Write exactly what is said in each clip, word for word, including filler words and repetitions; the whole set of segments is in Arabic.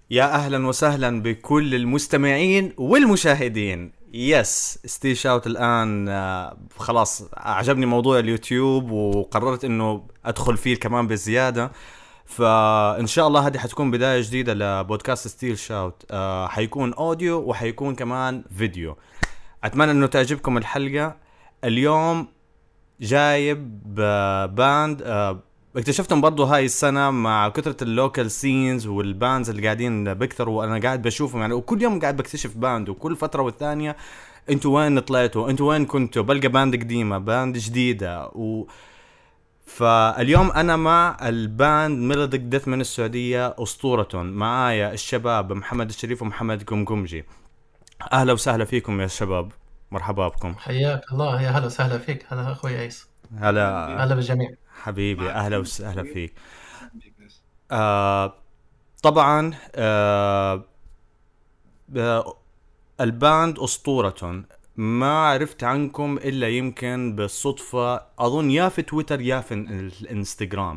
يا أهلا وسهلا بكل المستمعين والمشاهدين. يس ستيل شاوت الآن. آه، خلاص أعجبني موضوع اليوتيوب وقررت أنه أدخل فيه كمان بزيادة. فإن شاء الله هذه حتكون بداية جديدة لبودكاست ستيل شاوت. آه، حيكون أوديو وحيكون كمان فيديو. أتمنى أنه تعجبكم الحلقة. اليوم جايب آه، باند آه، اكتشفتهم برضو هاي السنة مع كثرة اللوكال سينز والباندز اللي قاعدين بكثروا، وانا قاعد بشوفهم يعني، وكل يوم قاعد بكتشف باند، وكل فترة والثانية انتوا وين طلعتوا، انتوا وين كنتوا، بلقى باند قديمة باند جديدة و... فاليوم انا مع الباند ميلوديك ديث من السعودية اسطورة. معايا الشباب محمد الشريف ومحمد قمقمجي. اهلا وسهلا فيكم يا شباب، مرحبا بكم. حياك الله، يا هلا وسهلا فيك. هلا اخوي عيسى. أهلا هلا. بك. هلا بالجميع. حبيبي معك اهلا محمد وسهلا الشريف. فيك. أهلا بك بس. آه طبعا. آه آه، الباند أسطورة. ما عرفت عنكم إلا يمكن بالصدفة، أظن يا في تويتر يا في الانستغرام،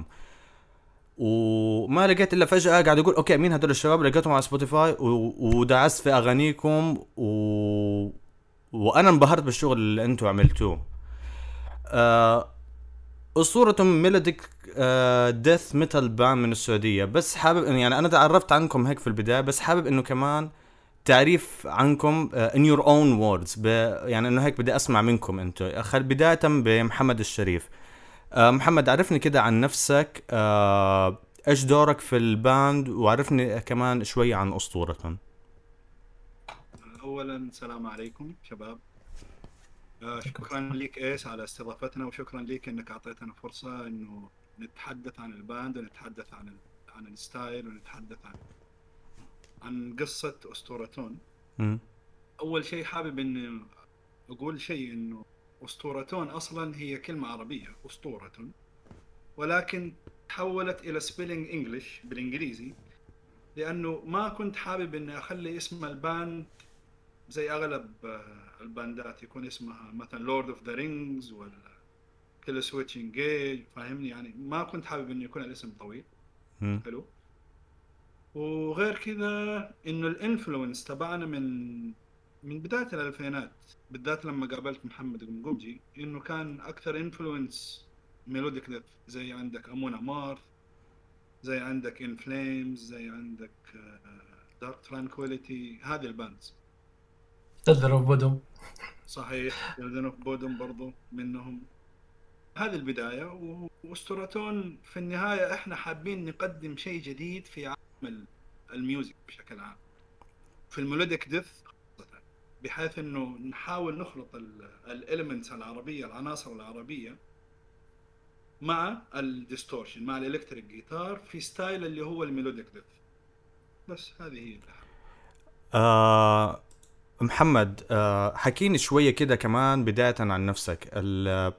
وما لقيت إلا فجأة قاعد أقول أوكي مين هدول الشباب، لقيتهم على سبوتيفاي و... ودعست في أغانيكم و... وأنا انبهرت بالشغل اللي أنتم عملتوه. آه أسطورة ميلوديك ديث ميتال باند من السعودية. بس حابب إنه يعني أنا تعرفت عنكم هيك في البداية، بس حابب إنه كمان تعريف عنكم uh, in your own words ب... يعني انه هيك بدي اسمع منكم انتم. خل بداية بمحمد الشريف. uh, محمد عرفني كده عن نفسك، uh, ايش دورك في الباند، وعرفني كمان شوي عن أسطورة. أولا السلام عليكم شباب. آه، شكرا لك إيس على استضافتنا، وشكرا لك إنك أعطيتنا فرصة إنه نتحدث عن الباند، ونتحدث عن ال... عن الستايل، ونتحدث عن عن قصة أسطورتون. مم. أول شيء حابب إني أقول شيء، إنه أسطورتون أصلا هي كلمة عربية أسطورة، ولكن تحولت إلى سبيلينج إنجليش بالإنجليزي، لأنه ما كنت حابب إني أخلي اسم الباند زي اغلب آه، الباندات يكون اسمها مثلا لورد اوف ذا رينجز ولا كيل سويتش انجيج، فاهمني؟ يعني ما كنت حابب انه يكون الاسم طويل. مم. حلو. وغير كذا، انه الانفلونس تبعنا من من بدايه الالفينات، بالذات لما قابلت محمد قمقمجي، انه كان اكثر انفلونس ميلوديك ديث. زي عندك امونا مارث، زي عندك ان فليمز، زي عندك دارك ترانكويليتي، هذه الباندز. تذرب بدم. صحيح، جلدن اوف بودم برضو منهم. هذه البداية، و- وأسطورتون في النهاية احنا حابين نقدم شيء جديد في عالم ال- الميوزك بشكل عام، في الميلوديك ديث خاصة، بحيث انه نحاول نخلط الاليمنتس العربية، العناصر العربية، مع الديستورشن، مع الالكتريك جيتار، في ستايل اللي هو الميلوديك ديث. بس هذه هي الأهم. آه محمد، آه حكيني شوية كده كمان بداية عن نفسك. ال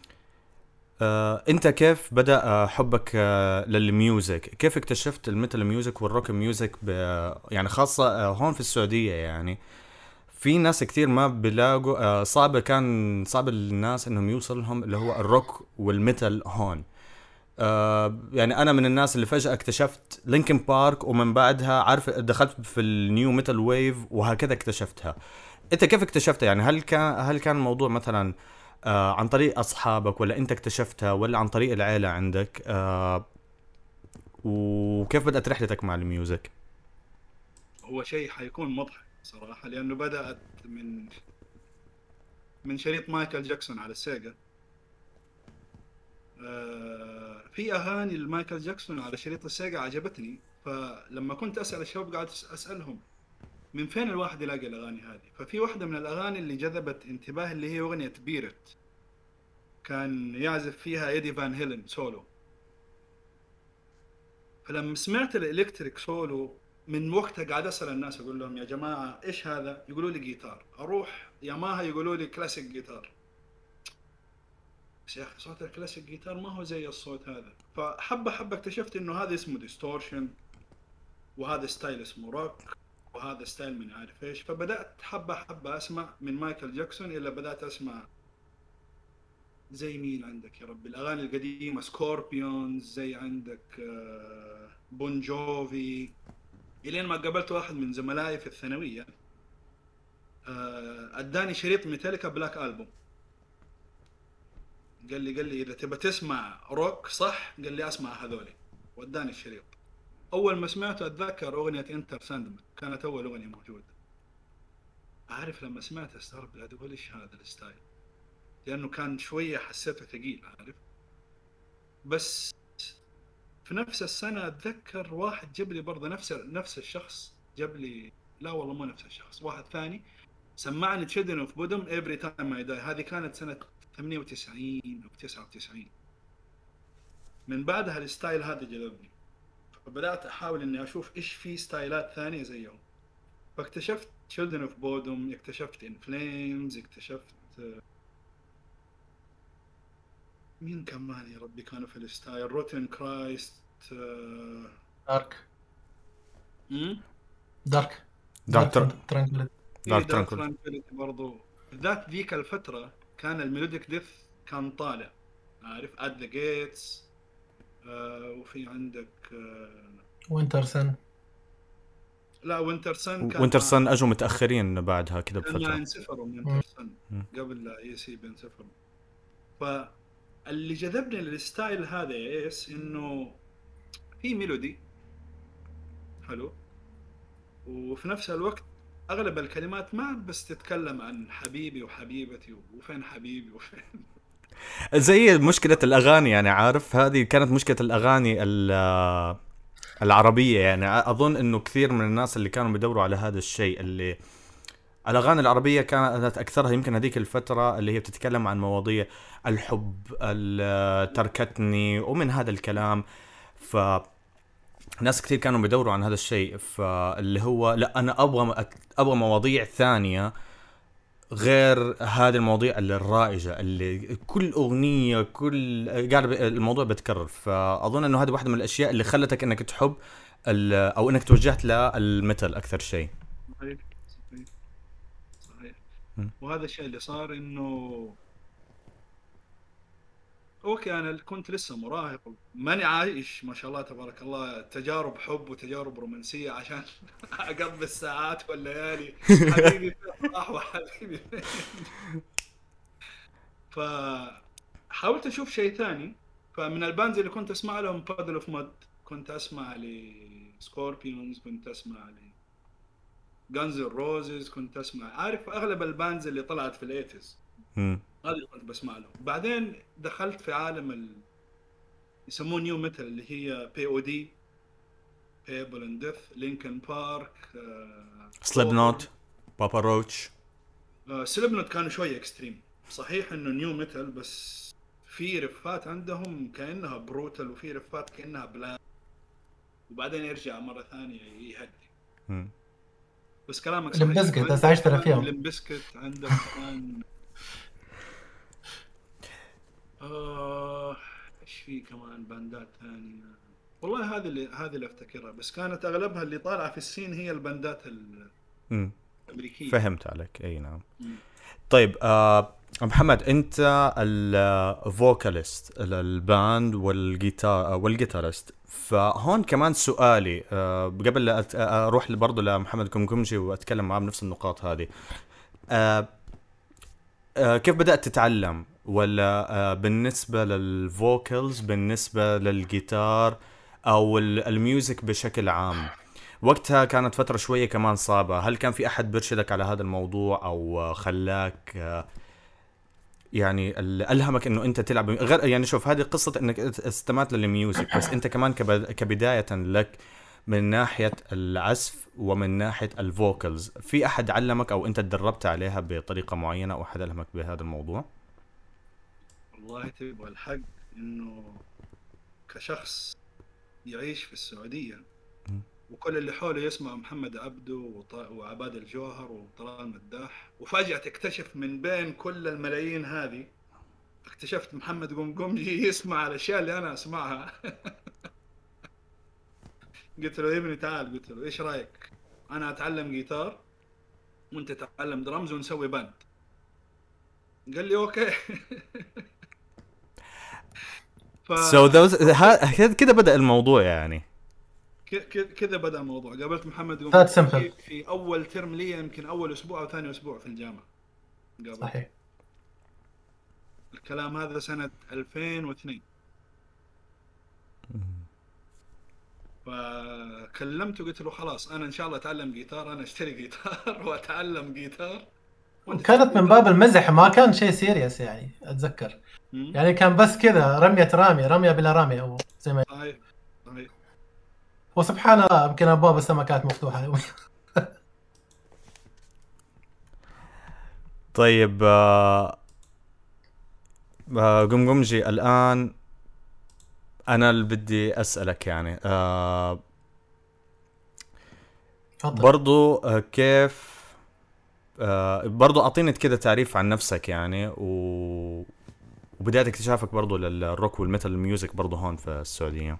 آه، انت كيف بدأ آه، حبك آه، للميوزك؟ كيف اكتشفت الميتال ميوزك والروك ميوزك ب... يعني خاصة آه، هون في السعودية يعني. في ناس كتير ما بيلاقوا، آه، صعب كان صعب الناس انهم يوصل لهم اللي هو الروك والميتال هون. آه، يعني انا من الناس اللي فجأة اكتشفت لينكن بارك، ومن بعدها عارف دخلت في النيو ميتال ويف وهكذا اكتشفتها. انت كيف اكتشفتها؟ يعني هل كان هل كان الموضوع مثلا آه عن طريق اصحابك، ولا انت اكتشفتها، ولا عن طريق العيلة عندك؟ آه وكيف بدأت رحلتك مع الميوزك؟ هو شيء حيكون مضحك صراحة، لأنه بدأت من من شريط مايكل جاكسون على السيجا. آه، في اغاني لمايكل جاكسون على شريط السيجا عجبتني، فلما كنت اسال الشباب قاعد أس- اسالهم من فين الواحد يلاقي الاغاني هذه. ففي واحده من الاغاني اللي جذبت انتباهي اللي هي اغنيه بيرت، كان يعزف فيها ايدي فان هيلن سولو. فلما سمعت الالكتريك سولو، من وقتها قاعد اسال الناس اقول لهم يا جماعه ايش هذا؟ يقولوا لي جيتار. اروح ياماها يقولوا لي كلاسيك جيتار. بس يا اخي صوت الكلاسيك جيتار ما هو زي الصوت هذا. فحبه حبه اكتشفت انه هذا اسمه ديستورشن، وهذا ستايل اسمه روك، وهذا ستايل من عارف ايش. فبدات حبه حبه اسمع من مايكل جاكسون، الا بدات اسمع زي مين عندك يا رب، الاغاني القديمه، سكوربيونز، زي عندك آه، بون جوفي، الين ما قابلت واحد من زملائي في الثانويه، آه، اداني شريط ميتاليكا بلاك ألبوم. قال لي قال لي اذا تبى تسمع روك صح، قال لي اسمع هذولي، وداني الشريط. اول ما سمعته اتذكر اغنيه انتر ساندمان، كانت اول اغنيه موجوده. عارف لما سمعت استغربت، قاعد اقول ايش هذا الستايل، لانه كان شويه حسيته ثقيل عارف. بس في نفس السنه اتذكر واحد جاب لي برضه نفس نفس الشخص جاب لي، لا والله مو نفس الشخص، واحد ثاني سمعني تشيلدرن اوف بودوم افري تايم ماي داي. هذه كانت سنه ثمانية وتسعين او تسعة وتسعين. من بعدها الستايل هذا جذبني، فبدات احاول اني اشوف ايش في ستايلات ثانيه زيهم. فاكتشفت Children of Bodom، اكتشفت In Flames، اكتشفت مين كمان يا ربي كانوا في الستايل، روتن كرايست. دارك امم دارك دارك دارك ترانكليتي. دارك دارك ترانكل. ترانكليتي برضو. ذات ذيك الفترة كان الميلوديك ديث كان طالع، عارف اد ذا جيتس. وفي عندك آه وينتر سن. لا وينتر سن كان وينتر مع- سن اجوا متاخرين بعدها كده كان مع بفتره. انسفروا من وينتر سن قبل لا اي سي بينسفروا. فاللي جذبني للستايل هذا يا ايس انه في ميلودي حلو، وفي نفس الوقت اغلب الكلمات ما بس تتكلم عن حبيبي وحبيبتي وفين حبيبي وفين. زي مشكله الاغاني يعني، عارف هذه كانت مشكله الاغاني ال- العربيه يعني. اظن انه كثير من الناس اللي كانوا بيدوروا على هذا الشيء، اللي الاغاني العربيه كانت اكثرها يمكن هذيك الفتره اللي هي بتتكلم عن مواضيع الحب، ال- تركتني ومن هذا الكلام. ف ناس كثير كانوا بيدوروا عن هذا الشيء، فاللي هو لا انا ابغى ابغى مواضيع ثانيه غير هذه المواضيع اللي الرائجه اللي كل اغنيه كل قاعد الموضوع بتكرر. فاظن انه هذه واحده من الاشياء اللي خلتك انك تحب ال- او انك توجهت للميتال اكثر شيء. صحيح صحيح صحيح. م. وهذا الشيء اللي صار انه اوكي انا كنت لسه مراهق، ماني عايش ما شاء الله تبارك الله تجارب حب وتجارب رومانسيه عشان اقضي الساعات والليالي حبيبي فين راح وحبيبي فين. فحاولت اشوف شيء ثاني. فمن الباندز اللي كنت اسمع لهم بادل اوف مود، كنت اسمع لسكوربيونز، كنت اسمع ل جانز روزز، كنت اسمع عارف اغلب الباندز اللي طلعت في الايتيز مم. هذه اللي كنت بسمع لهم. بعدين دخلت في عالم ال... يسموه نيو ميتال اللي هي بي او دي، بيبل اند ديث، لينكن بارك، سليب نوت، بابا روتش. سليب نوت كانوا شويه اكستريم. صحيح انه نيو ميتال بس في رفات عندهم كانها بروتال، وفي رفات كانها بلان، وبعدين يرجع مره ثانيه يهدي. مم. بس كلامك لمب صحيح. بسكت، بس عشت أنا فيهم. لمبسكت عندك كمان. آه ايش في كمان باندات ثانيه والله، هذه اللي هذه اللي افتكرها، بس كانت اغلبها اللي طالعه في السين هي الباندات مم. الامريكيه. فهمت عليك، اي نعم. مم. طيب آه محمد، انت الفوكاليست الباند والجيتار والجيتارست، فهون كمان سؤالي آه قبل لا أت- اروح برضه لمحمد كمكمجي واتكلم معاه بنفس النقاط هذه. آه آه كيف بدأت تتعلم؟ ولا آه بالنسبة للفوكالز، بالنسبة للجيتار او ال- الميوزك بشكل عام، وقتها كانت فترة شوية كمان صعبة. هل كان في أحد برشدك على هذا الموضوع أو خلاك آه، يعني ال- ألهمك إنه أنت تلعب غير يعني؟ شوف، هذه قصة إنك استمعت للميوزك، بس أنت كمان كب- كبداية لك من ناحية العزف ومن ناحية الفوكالز، في أحد علمك أو أنت تدربت عليها بطريقة معينة أو أحد ألهمك بهذا الموضوع؟ والله تبغى الحق انه كشخص يعيش في السعوديه م. وكل اللي حوله يسمع محمد عبده وط- وعباد الجوهر وطلال مداح، وفجأة تكتشف من بين كل الملايين هذه اكتشفت محمد قمقمجي يسمع الاشياء اللي انا اسمعها. قلت له يا ابني تعال، قلت له ايش رايك انا اتعلم جيتار وانت تتعلم درامز ونسوي باند؟ قال لي اوكي. ف so those ها- كده بدأ الموضوع يعني. ك- ك- كذا بدأ الموضوع. قابلت محمد That قمر simple. في, في اول ترم لي، يمكن اول اسبوع او ثاني اسبوع في الجامعه قابلت. صحيح. الكلام هذا سنه ألفين واثنين. فكلمته قلت له خلاص انا ان شاء الله اتعلم جيتار، انا اشتري جيتار واتعلم جيتار. وأنت كانت من باب المزح، ما كان شيء سيريس يعني اتذكر. مم. يعني كان بس كذا رمية رامية رمية بلا رامية، او زي ما صحيح صحيح. وسبحان الله يمكن ابواب السماء كانت مفتوحة. طيب آه، آه، قمقمجي الآن أنا اللي بدي أسألك يعني آه، تفضل. برضو آه، كيف آه، برضو أعطيني كده تعريف عن نفسك يعني و... وبداية اكتشافك برضو للروك والميتال الميوزك برضو هون في السعودية.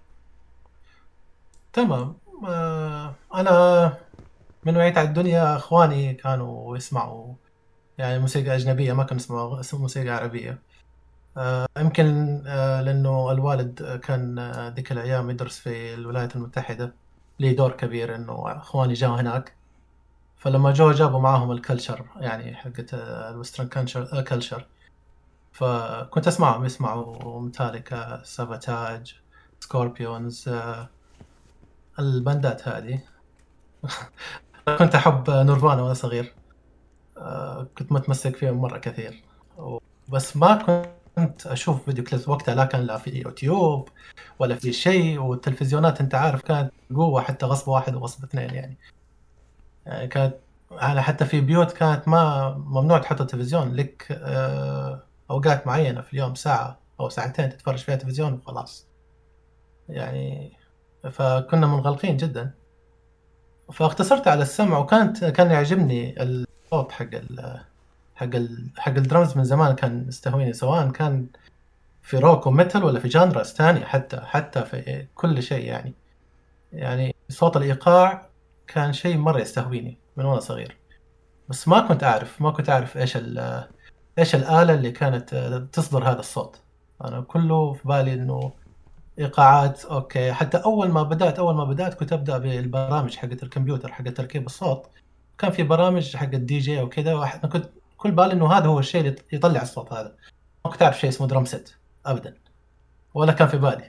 تمام. آه، انا من وعيت على الدنيا اخواني كانوا يسمعوا يعني موسيقى اجنبيه، ما كانوا يسمعوا موسيقى عربيه. آه، يمكن آه، لانه الوالد كان آه، ذيك الايام يدرس في الولايات المتحده، لي دور كبير انه اخواني جاوا هناك. فلما جو جابوا معاهم الكلتشر يعني حقت الويسترن كلتشر، فكنت اسمعهم يسمعوا ميتاليكا، سافاتاج، سكوربيونز، آه، البندات هذه. كنت أحب نيرفانا وأنا صغير، آه، كنت متمسك فيهم مرة كثير. بس ما كنت أشوف فيديو كليب وقتها، لا كان لا في يوتيوب ولا في شيء، والتلفزيونات أنت عارف كانت قوة، حتى غصب واحد وغصب اثنين يعني. يعني كانت على حتى في بيوت كانت ما ممنوع تحط التلفزيون لك، آه، أوقات معينة في اليوم ساعة أو ساعتين تتفرج فيها تلفزيون وخلاص يعني. فكنا منغلقين جدا. فاقتصرت على السمع، وكانت كان يعجبني الصوت حق ال حق ال حق الدرامز من زمان، كان يستهويني سواء كان في روك وميتال ولا في جانرز ثانية، حتى حتى في كل شيء يعني. يعني صوت الإيقاع كان شيء مرة يستهويني من وأنا صغير. بس ما كنت أعرف ما كنت أعرف إيش ال إيش الآلة اللي كانت تصدر هذا الصوت. أنا كله في بالي إنه إيقاعات أوكي. حتى أول ما بدأت أول ما بدأت كنت أبدأ بالبرامج حقت الكمبيوتر حقت تركيب الصوت. كان في برامج حق الدي جي وكذا، واحد كنت كل بالي إنه هذا هو الشيء اللي يطلع الصوت هذا. ما كنت أعرف شيء اسمه درام سيت أبدا، ولا كان في بالي.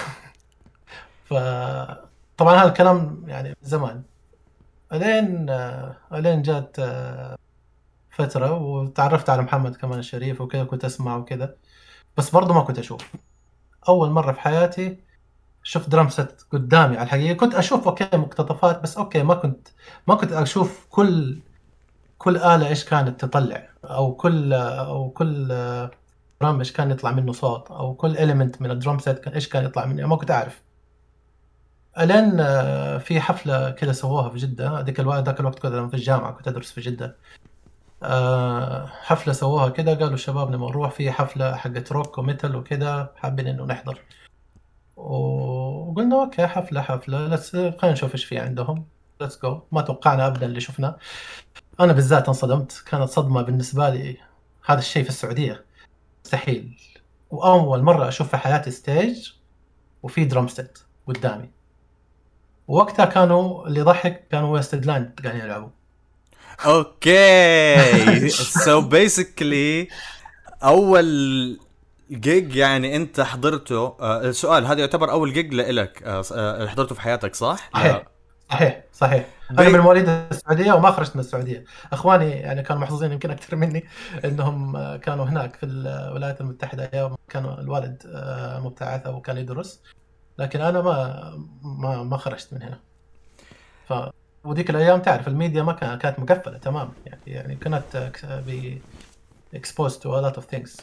فطبعا هذا الكلام يعني من زمان. ألين ألين جات فترة وتعرفت على محمد كمان الشريف وكذا، كنت أسمع وكذا، بس برضو ما كنت أشوف. أول مرة في حياتي شفت درام سيت قدامي على الحقيقة. كنت أشوف أوكي مقتطفات بس، أوكي ما كنت ما كنت أشوف كل كل آلة إيش كانت تطلع، أو كل أو كل درام إيش كان يطلع منه صوت، أو كل إليمنت من الدرام سيت كان إيش كان يطلع منه، ما كنت أعرف. ألين في حفلة كذا سووها في جدة، هذيك الوقت ذاك الوقت كنت في الجامعة، كنت أدرس في جدة. حفلة سووها كذا، قالوا الشباب نبغى نروح في حفلة حقت روك وميتال وكذا، حابين إنه نحضر. وقلنا اوكي حفله حفله لس خلينا نشوف ايش في عندهم، ليتس جو. ما توقعنا ابدا اللي شفناه. انا بالذات انصدمت، كانت صدمه بالنسبه لي. هذا الشيء في السعوديه مستحيل، واول مره اشوف في حياتي ستيج وفي درام سيت قدامي. ووقتها كانوا اللي ضحك كانوا ويستد لاند قاعدين يلعبوا. اوكي سو بيسكلي اول جيج يعني انت حضرته. آه السؤال هذا يعتبر اول جيج لإلك آه آه حضرته في حياتك صح؟ صحيح لا. صحيح صحيح. بي... انا من مواليد السعوديه وما خرجت من السعوديه. اخواني يعني كانوا محظوظين يمكن اكثر مني، انهم كانوا هناك في الولايات المتحده ايام كانوا الوالد مبتعث او كان يدرس، لكن انا ما ما ما خرجت من هنا. ف وذيك الايام تعرف الميديا ما كانت مقفله تمام يعني يعني كانت بي exposed to a lot of things.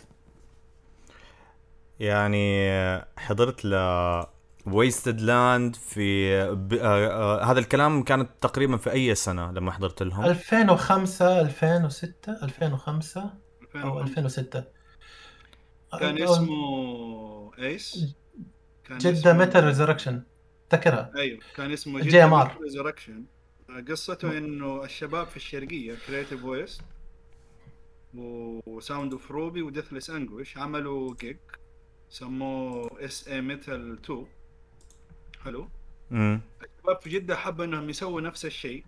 يعني حضرت ل ويستد لاند في ب... آه آه هذا الكلام كانت تقريبا في اي سنه لما حضرت لهم؟ ألفين وخمسة ألفين وستة ألفين وخمسة او ألفين وستة. كان اسمه ايس، كان جدة اسمه ميتال ريزركشن، تذكرها؟ ايوه كان اسمه جي جدة ام ار. ميتال ريزركشن. قصته انه الشباب في الشرقيه كرييتيف ويست وساوند اوف روبي وديثلس انجويش عملوا جيج سموه اس اي ميتال تو. حلو. امم الشباب في جدة حبوا انهم يسووا نفس الشيء،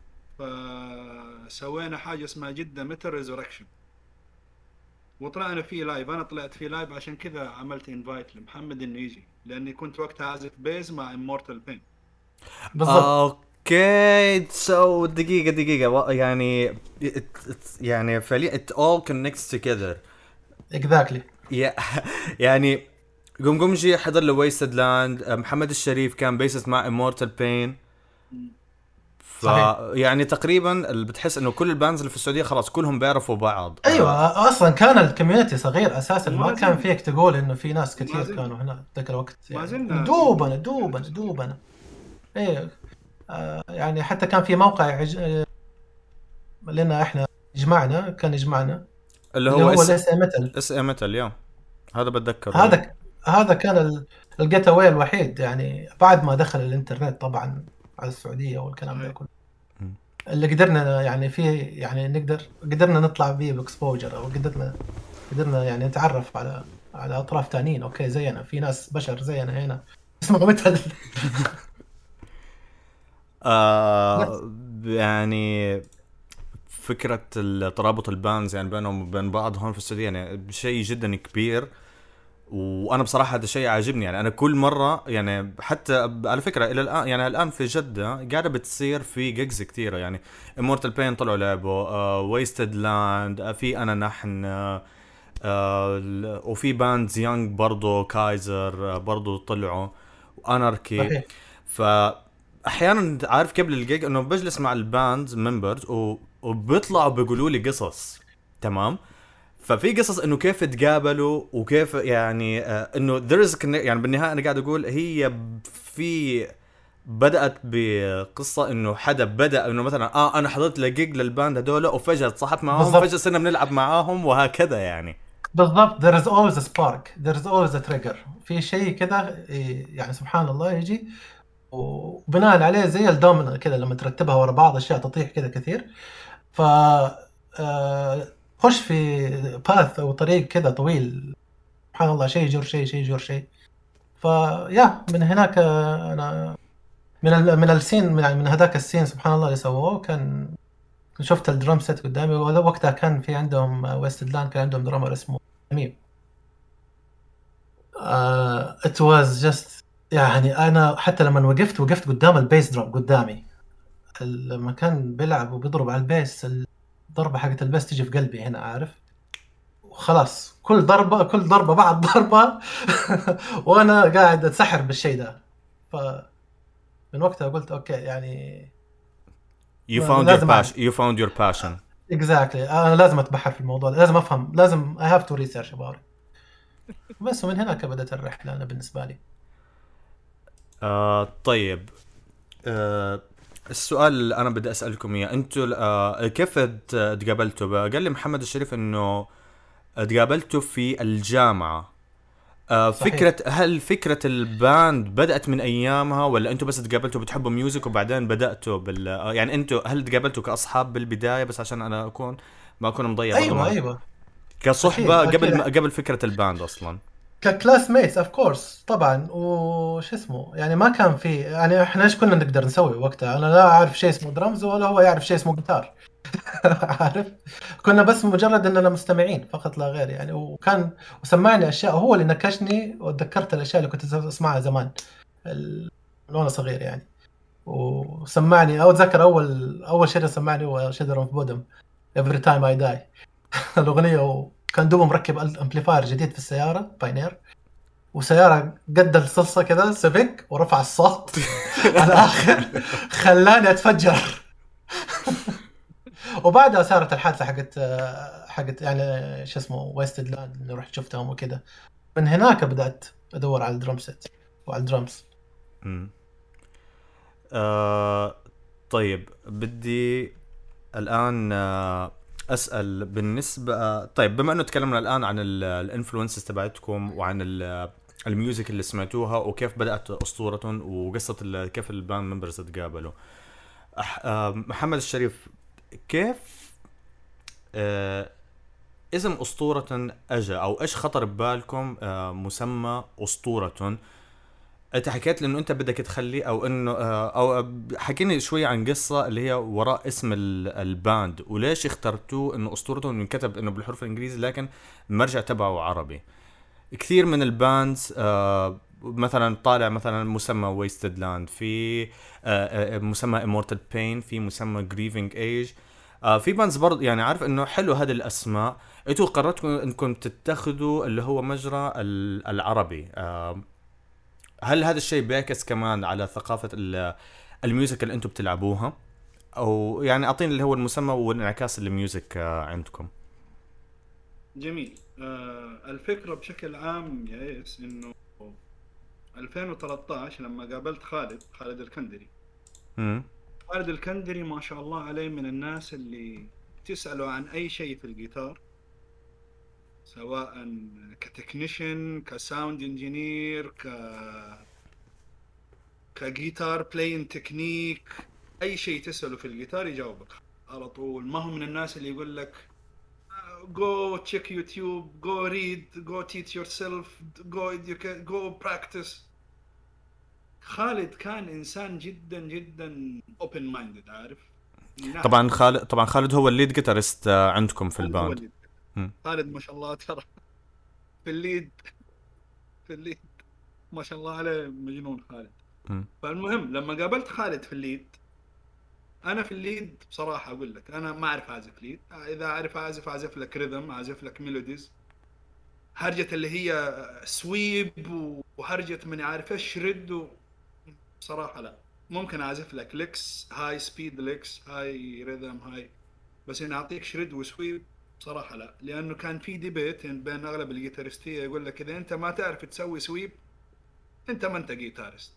فسوينا حاجة اسمها جدة متر ريزوركشن، وطلعنا فيه لايف. انا طلعت فيه لايف، عشان كذا عملت انفايت لمحمد انه يجي، لاني كنت وقتها عازف بيز مع امورتال بين. بالضبط. اوكي سو دقيقة دقيقة و- يعني it, it, يعني فعليا it all connects together. اكزاكتلي. يا- يعني قمقمجي حضر له ويستد لاند، محمد الشريف كان بيسس مع امورتال بين. ف صحيح. يعني تقريبا اللي بتحس انه كل الباندز اللي في السعودية خلاص كلهم بيعرفوا بعض. ايوه آه اصلا كان الكوميونتي صغير اساسا، وما ما كان زلنا فيك تقول انه في ناس وما كثير زلنا كانوا هنا ذاك الوقت ما يعني. زلنا دوبنا موجودين يعني في دوبنا السعودية. دوبنا ايه. آه يعني حتى كان في موقع عج... آه، لنا احنا يجمعنا، كان يجمعنا اللي اللي هو هو اس الاس ام ميتال. اس ام ميتال يوم هذا بتذكره يا. هذا ك- هذا كان ال- الجيت اواي الوحيد يعني بعد ما دخل الانترنت طبعا على السعوديه والكلام ده صحيح. كله، مم. اللي قدرنا يعني فيه يعني نقدر قدرنا نطلع بيه باكسبوجر، او قدرنا قدرنا يعني نتعرف على على اطراف تانيين. اوكي زينا في ناس بشر زينا هنا اسمعوا مثل. بس آه يعني فكرة ترابط البانز يعني بينهم وبين بعض هون في السعودية يعني شيء جدا كبير. وانا بصراحة هذا الشيء عاجبني، يعني انا كل مرة يعني حتى على فكرة الى الان يعني الان في جدة قاعدة بتصير في جيجز كثيرة، يعني Immortal Pain طلعوا لعبوا، آه Wasted Land، آه في انا نحن، آه آه وفي باندز يانج برضو كايزر آه برضو طلعوا، واناركي. صحيح. فاحيانا عارف قبل الجيج انه بجلس مع الباند ممبرز وبيطلعوا بيقولوا لي قصص، تمام؟ ففي قصص انه كيف تقابلوا وكيف يعني آه انه there is a conne- يعني بالنهايه انا قاعد اقول هي في بدات بقصه انه حدا بدا انه مثلا اه انا حضرت لجيج للباند هذول وفجاه تصاحبت معاهم، فجاه بالضبط صرنا بنلعب معاهم وهكذا يعني. بالضبط. there is always a spark, there is always a trigger. في شيء كذا إيه، يعني سبحان الله يجي وبناء عليه زي الدومينو كذا لما ترتبها ورا بعض اشياء تطيح كذا كثير. ف آه، خش في باث او طريق كذا طويل، سبحان الله شيء يجر شيء شيء يجر شيء. فيا من هناك آه، انا من ال... من السين من, من هذاك السين سبحان الله اللي سووه، كان شفت الدرام سيت قدامي، وقتها كان في عندهم ويستد لاند كان عندهم درامر اسمه ميم. ات واز جاست يعني انا حتى لما وقفت وقفت قدام البيس دروب قدامي، لما كان بيلعب وبيضرب على البيس، الضربه حقت البيس تجي في قلبي هنا عارف، وخلاص كل ضربه كل ضربه بعد ضربه وانا قاعد اتسحر بالشيء ده. فمن وقتها قلت اوكي يعني you ما- found your لازم passion أعرف. you found your passion اكزاكتلي انا لازم اتبحر في الموضوع ده، لازم افهم، لازم I have to research about it. بس ومن هناك بدأت الرحله انا بالنسبه لي. آه طيب، آه السؤال اللي انا بدي اسالكم اياه انتوا آه كيف ت- تقابلتوا؟ قال لي محمد الشريف انه تقابلتوا في الجامعه. آه صحيح. فكره هل فكره الباند بدات من ايامها ولا انتوا بس تقابلتوا بتحبوا ميوزك وبعدين بداتوا بال آه يعني انتوا هل تقابلتوا كاصحاب بالبدايه بس عشان انا اكون ما اكون مضيع برضه ايوه مرة ايوه كصحبه اكيد قبل ما اكيد قبل فكره الباند اصلا؟ ككلاس ميتس اوف كورس طبعا. وش اسمه يعني ما كان في يعني احنا ايش كنا نقدر نسوي وقتها؟ انا لا اعرف شيء اسمه درمز ولا هو يعرف شيء اسمه جيتار. عارف، كنا بس مجرد اننا مستمعين فقط لا غير يعني. وكان وسمعني اشياء، هو اللي نكشني وتذكرت الاشياء اللي كنت اسمعها زمان ال- من وانا صغير يعني. وسمعني او اتذكر اول اول شيء سمعني هو شيدر اوف بودم every time I die الاغنيه. وكان دوبه مركب امبليفاير جديد في السياره باينير، وسياره قد الصلصه كذا سيفيك، ورفع الصوت على الاخر خلاني اتفجر. وبعدها صارت الحادثه حقت حقت يعني شو اسمه ويستد لاند اللي رحت شفتهم وكذا. من هناك بدات ادور على الدرم سيت وعلى الدرمز. امم آه طيب بدي الان آه اسال بالنسبه آه طيب بما انه تكلمنا الان عن الانفلونسز تبعتكم وعن ال- الميوزك اللي سمعتوها وكيف بدات اسطوره وقصه ال- كيف الباند ممبرز تقابلوا، أح- آه محمد الشريف كيف آه اسم أسطورة أجا أو إيش خطر ببالكم آه مسمى أسطورة انت حكيت لي انه انت بدك تخليه او انه آه، او حكيني شوي عن قصة اللي هي وراء اسم ال- الباند، وليش اخترتوه انه اسطورته انه ينكتب انه بالحروف الانجليزي لكن المرجع تبعه عربي. كثير من الباندز آه مثلا طالع مثلا مسمى ويستد لاند، في آه آه مسمى امورتال بين، في مسمى جريفينج ايج. آه في باندز برضه يعني عارف انه حلو هذه الاسماء. انتوا قررتوا انكم تتخذوا اللي هو مجرى ال- العربي. آه هل هذا الشيء بيعكس كمان على ثقافة ال- الميوزك اللي انتم بتلعبوها، او يعني اعطيني اللي هو المسمى وانعكاس الميوزك آه عندكم؟ جميل. آه الفكرة بشكل عام يا ايس انه ألفين وثلاثة عشر لما قابلت خالد خالد الكندري. امم. خالد الكندري ما شاء الله عليه من الناس اللي تسأله عن أي شيء في الجيتار، سواء كتكنيشن كساوند انجينير ك كجيتار بلاين تكنيك، أي شيء تسأله في الجيتار يجاوبك على طول. ما هو من الناس اللي يقول لك go check YouTube, go read, go teach yourself, go educate, go practice. خالد كان إنسان جدا جدا open minded، عارف، من ناحية طبعا خالد طبعا خالد هو الليد جيتارست آه عندكم في خالد هو الباند. اللي مم. خالد ما شاء الله ترى في الليد في الليد ما شاء الله عليه مجنون خالد. مم. فالمهم لما قابلت خالد في الليد، انا في الليد بصراحه اقول لك انا ما اعرف اعزف ليد. اذا اعرف اعزف اعزف لك ريذم، اعزف لك ميلوديز، هرجه اللي هي سويب وهرجه من عارف ايش شرد و... بصراحه لا. ممكن اعزف لك ليكس هاي سبيد، ليكس هاي ريذم هاي، بس اني اعطيك شرد وسويب بصراحه لا. لانه كان في ديبيت بين اغلب الجيتارستيه يقول لك اذا انت ما تعرف تسوي سويب انت ما انت جيتارست.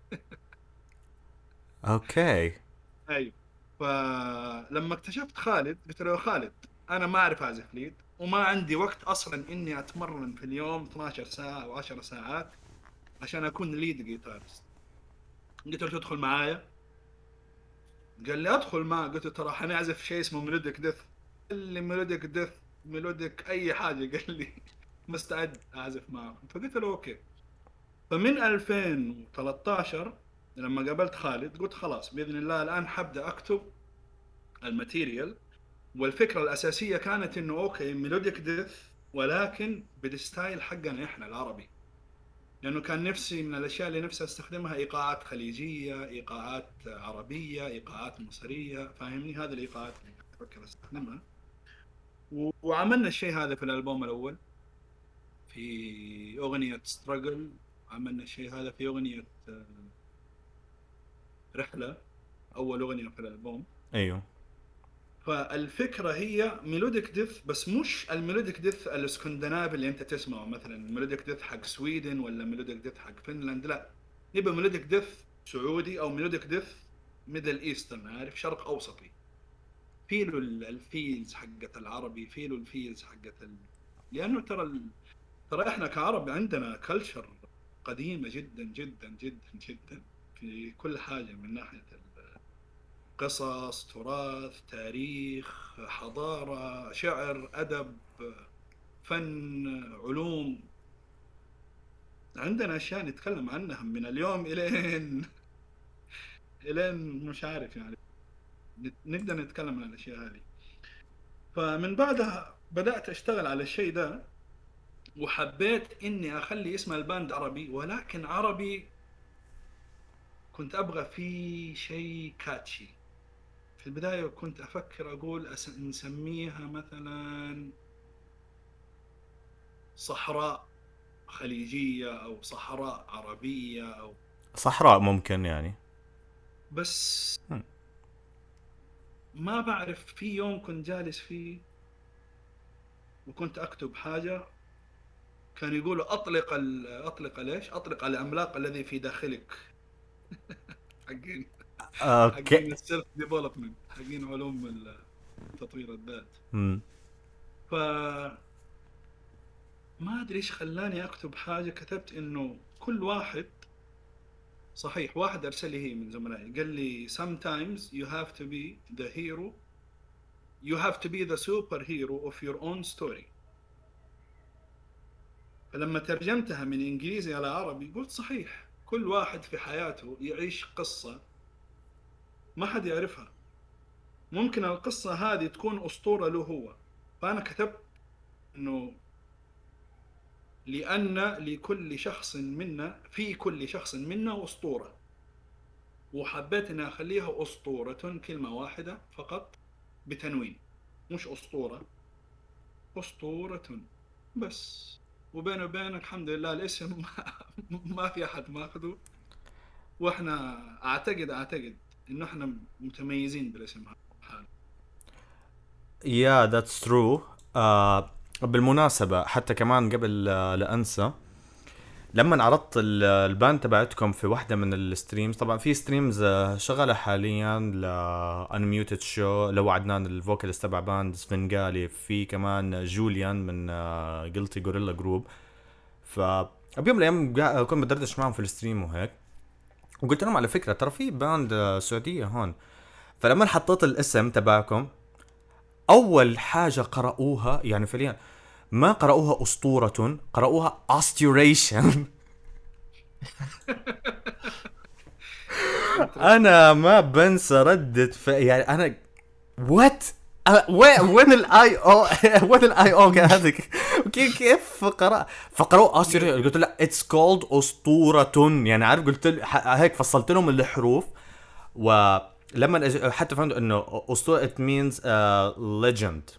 اوكي. ايوه. فلما اكتشفت خالد قلت له خالد انا ما اعرف اعزف ليد وما عندي وقت اصلا اني اتمرن في اليوم اثناشر ساعه او عشر ساعات عشان اكون ليد جيتارست. قلت له تدخل معايا؟ قال لي ادخل معه. قلت له ترى حنعزف شيء اسمه ميلوديك ديث. قال لي ميلوديك ديث ميلوديك اي حاجه. قال لي مستعد اعزف معه. فقلت له اوكي. فمن ألفين وثلاثة عشر لما قابلت خالد قلت خلاص باذن الله الان حبدا اكتب الماتيريال. والفكره الاساسيه كانت انه اوكي ميلوديك ديث ولكن بالستايل حقنا احنا العربي، لانه كان نفسي من الاشياء اللي نفسي استخدمها ايقاعات خليجيه، ايقاعات عربيه، ايقاعات مصريه، فاهمني؟ هذه الايقاعات اللي افكر استخدمها. و- وعملنا الشيء هذا في الالبوم الاول في اغنيه ستراجل، عملنا الشيء هذا في اغنيه آه، رحله، اول اغنيه في الالبوم. ايوه. فالفكره هي ميلوديك ديث، بس مش الميلوديك ديث الاسكندنافي اللي انت تسمعه مثلا ميلوديك ديث حق سويدن ولا ميلوديك ديث حق فنلند، لا. يبقى ميلوديك ديث سعودي او ميلوديك ديث ميدل ايسترن، عارف، شرق اوسطي. فيلو ال- الفيلز حقت العربي، فيلو الفيلز حقت ال... لانه ترى ال... ترى احنا كعرب عندنا كلتشر قديمه جدا جدا جدا جدا في كل حاجه، من ناحيه قصص، تراث، تاريخ، حضارة، شعر، أدب، فن، علوم. عندنا أشياء نتكلم عنها من اليوم إلين إلين مش عارف يعني نت- نقدر نتكلم عن الأشياء هذه. فمن بعدها بدأت أشتغل على الشيء ده، وحبيت إني أخلي اسم الباند عربي، ولكن عربي كنت أبغى فيه شيء كاتشي. في البداية كنت أفكر أقول أس- نسميها مثلا صحراء خليجية أو صحراء عربية أو، صحراء ممكن يعني. بس مم. ما بعرف. في يوم كنت جالس فيه وكنت أكتب حاجة، كان يقولوا أطلق ال أطلق ليش أطلق العملاق الذي في داخلك. حقين اوكي. حقين السيلف ديفلوبمنت، حقين علوم ال- تطوير الذات. مم. ف ما أدري إيش خلاني أكتب حاجة، كتبت إنه كل واحد، صحيح واحد أرسل لي هي من زملائي قال لي sometimes you have to be the hero, you have to be the superhero of your own story. فلما ترجمتها من إنجليزي على عربي قلت صحيح، كل واحد في حياته يعيش قصة ما حد يعرفها، ممكن القصة هذه تكون أسطورة له هو. فأنا كتبت إنه لأن لكل شخص منا في كل شخص منا أسطورة، وحبيت إن أخليها أسطورة كلمة واحدة فقط بتنوين، مش أسطورة، أسطورة بس. وبيني وبينك الحمد لله الاسم ما في أحد ماخذه، وإحنا أعتقد أعتقد إنه إحنا متميزين بالاسم هذا. يا ذاتس ترو. بالمناسبة حتى كمان قبل آه لا أنسى، لما عرضت ال- الباند تبعتكم في واحدة من الستريمز، طبعا في ستريمز آه، شغالة حاليا ل Unmuted Show، لو عدنان الفوكاليست تبع باند سفنغالي، في كمان جوليان من آه، Guilty Gorilla Group. فبيوم من الأيام قا- كنت بدردش معهم في الستريم وهيك، وقلت لهم على فكرة ترى في باند آه، سعودية هون. فلما حطيت الاسم تبعكم، أول حاجة قرأوها يعني فعليا ما قرأوها أسطورة، قرأوها Osturation. انا ما بنسى ردة ف... يعني انا وات وين وين الاي او وين الاي او هذيك كيف كيف قرأ فقرأوا اسير. قلت له لا اتس كولد اسطورة، يعني عارف قلت له هيك فصلت لهم الحروف. ولما أج- حتى فهمت انه اسطورة it means uh, legend.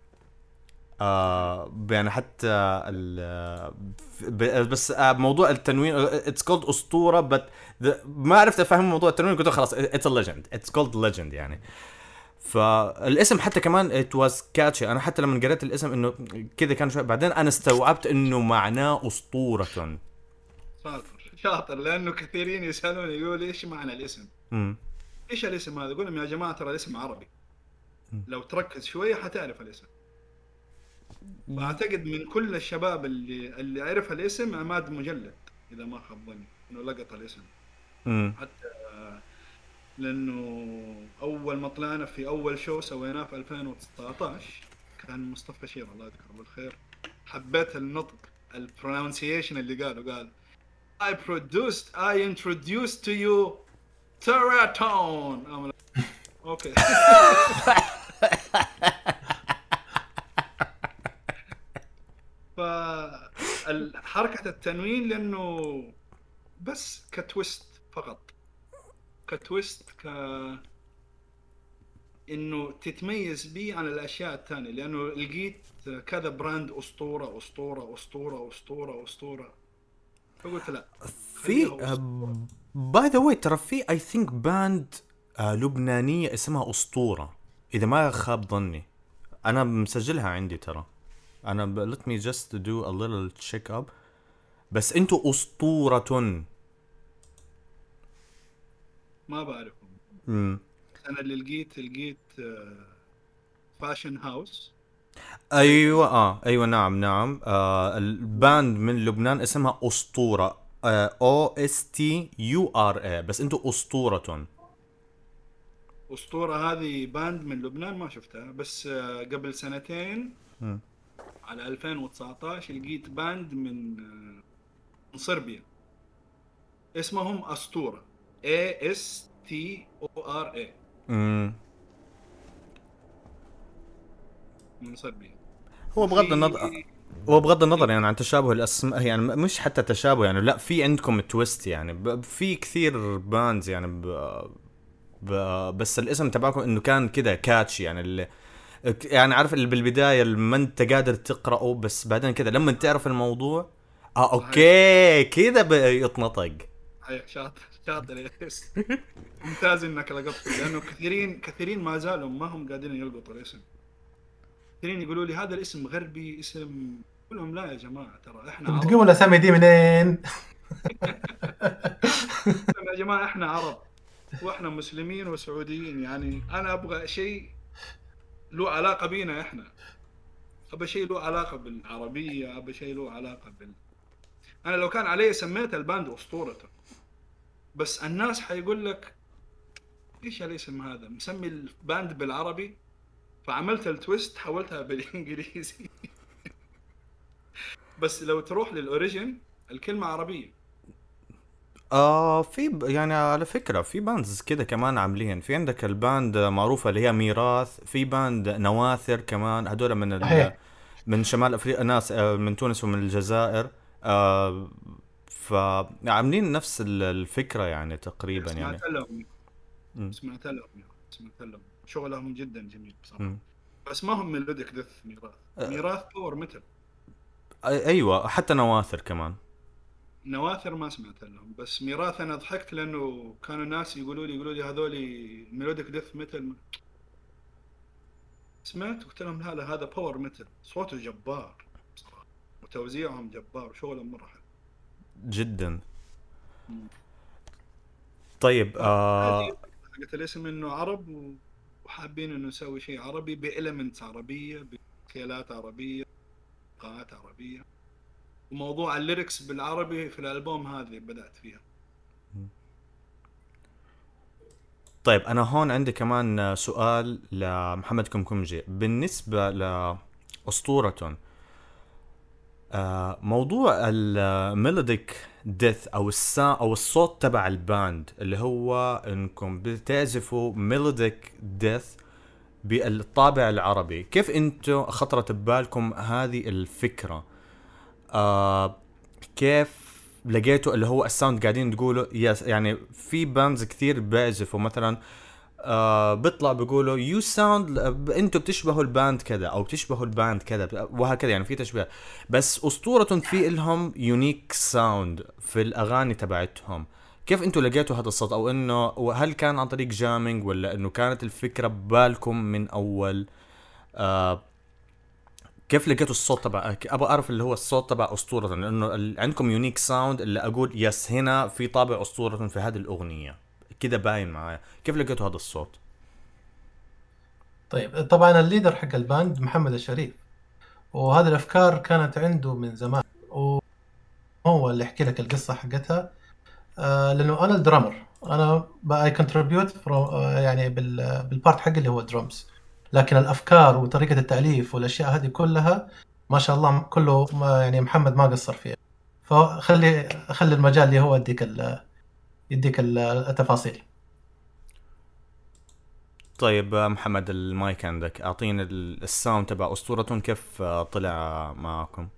آه يعني حتى ال ب- بس آه موضوع التنوين it's called أسطورة، but the, ما عرفت أفهم موضوع التنوين، قلت خلاص it's a legend it's called legend يعني. فالاسم حتى كمان it was catchy. أنا حتى لما قرأت الاسم إنه كذا كان شوي، بعدين أنا استوعبت إنه معناه أسطورة. شاطر شاطر، لأنه كثيرين يسألون يقول إيش معنى الاسم، امم إيش الاسم هذا؟ أقول لهم يا جماعة ترى الاسم عربي، لو تركز شوية حتعرف الاسم. فأعتقد من كل الشباب اللي اللي عرف الاسم عماد مجلد إذا ما خاب ظني إنه لقط الاسم، امم حتى لأنه أول ما طلعنا في أول شو سويناه في ألفين وتسعة عشر كان مصطفى شير الله يذكره بالخير، حبيت النطق البرونسيشن اللي قاله، قال I produced I introduced to you Terratone. I'm like, okay. فحركة التنوين لأنه بس كتويست فقط، كتويست ك إنه تتميز بيه عن الأشياء الثانية، لأنه لقيت كذا براند أسطورة أسطورة أسطورة أسطورة أسطورة، فقلت لا في خليها أسطورة. باي ذا واي ترى في I think باند آه لبنانية اسمها أسطورة إذا ما خاب ظني، أنا مسجلها عندي ترى. أنا ب... let me just do a little check up. بس أنتوا أسطورة. ما بعرفهم. امم أنا اللي لقيت لقيت فاشن هاوس. أيوة آه أيوة نعم نعم آه الباند من لبنان اسمها أسطورة آه O S T U R A، بس أنتوا أسطورة. أسطورة هذه باند من لبنان ما شفتها، بس آه، قبل سنتين م. على ألفين وتسعة عشر لقيت باند من آه، من صربيا اسمهم أسطورة A S T O R A امم من صربيا. هو بغض في- النظر هو بغض النظر يعني عن تشابه الاسماء، يعني مش حتى تشابه يعني، لا في عندكم تويست يعني، ب- في كثير باندز يعني ب... ب... بس الاسم تبعكم انه كان كذا كاتشي يعني اللي يعني عارف اللي بالبدايه اللي ما انت قادر تقراه، بس بعدين كذا لما تعرف الموضوع اه اوكي كذا بيتنطق. هاي شاطر شاطر يا يس. ممتاز انك لقطت، لانه كثيرين كثيرين ما زالوا ما هم قادرين يلقطوا الاسم. كثيرين يقولوا لي هذا الاسم غربي اسم، اقول لهم لا يا جماعه ترى احنا عرب. بتجيبوا الاسامي دي منين؟ يا جماعه احنا عرب واحنا مسلمين وسعوديين، يعني انا ابغى شيء له علاقه بينا احنا، ابغى شيء له علاقه بالعربيه، ابغى شيء له علاقه بال انا لو كان علي سميت الباند اسطوره، بس الناس حيقول لك ايش الاسم هذا مسمي الباند بالعربي، فعملت التويست حولتها بالانجليزي. بس لو تروح للاوريجين الكلمه عربيه. آه في ب- يعني على فكرة في باندز كده كمان عاملين. في عندك الباند معروفة اللي هي ميراث، في باند نواثر كمان، هدول من ال صحيح. من شمال افريقيا، ناس آه، من تونس ومن الجزائر. آه فعاملين نفس ال- الفكرة يعني تقريبا سمعت يعني. لهم م- سمعت لهم سمعت لهم شغلهم جدا جميل بصراحة. م. بس ما هم ميلوديك ديث. ميراث ميراث باور ميتال. أي- ايوه، حتى نواثر كمان. نواثر ما سمعت لهم، بس ميراث انا ضحكت لانه كانوا ناس يقولوا لي يقولوا لي هذول ميلوديك ديث ميتال. سمعت قلت لهم لا لا، هذا باور ميتال، صوته جبار بصراحة، وتوزيعهم جبار وشغلهم مرة حلو. جدا. مم. طيب هذه آه حقت الاسم انه عرب و- وحابين انه نسوي شيء عربي بإلمنتس عربية، بسكيلات عربية، قاعات عربية. وموضوع الليركس بالعربي في الألبوم هذه بدأت فيها. طيب انا هون عندي كمان سؤال لمحمد كمكمجي بالنسبة لأسطورة. آه، موضوع الميلوديك ديث او السا او الصوت تبع الباند اللي هو انكم بتعزفوا ميلوديك ديث بالطابع العربي، كيف انتو خطرت ببالكم هذه الفكرة؟ آه كيف لقيتوا اللي هو الساوند قاعدين تقولوا يس؟ يعني في باندز كثير بيعزفوا مثلا آه بيطلع بيقولوا يو ساوند، انتوا بتشبهوا الباند كذا او بتشبهوا الباند كذا وهكذا، يعني في تشبيه. بس اسطورة في لهم يونيك ساوند في الاغاني تبعتهم. كيف انتوا لقيتوا هذا الصوت؟ او انه هل كان عن طريق جامينج ولا انه كانت الفكرة ببالكم من اول؟ آه كيف لقيتوا الصوت تبع، ابغى اعرف اللي هو الصوت تبع اسطورة، لانه ال- عندكم يونيك ساوند اللي اقول يس هنا في طابع اسطورة في هذه الاغنية كده باين معايا. كيف لقيتوا هذا الصوت؟ طيب طبعا الليدر حق الباند محمد الشريف، وهذه الافكار كانت عنده من زمان، وهو اللي يحكي لك القصه حقتها. آه لانه انا الدرامر، انا باي كونتريبيوت يعني بال بالبارت حقي اللي هو الدرمز، لكن الافكار وطريقه التاليف والاشياء هذه كلها ما شاء الله كله ما يعني محمد ما قصر فيها. فخلي خلي المجال اللي هو يديك ال- يديك ال- التفاصيل. طيب آه، محمد المايك عندك، اعطينا ال- الساوند تبع اسطورة كيف آه، طلع معكم.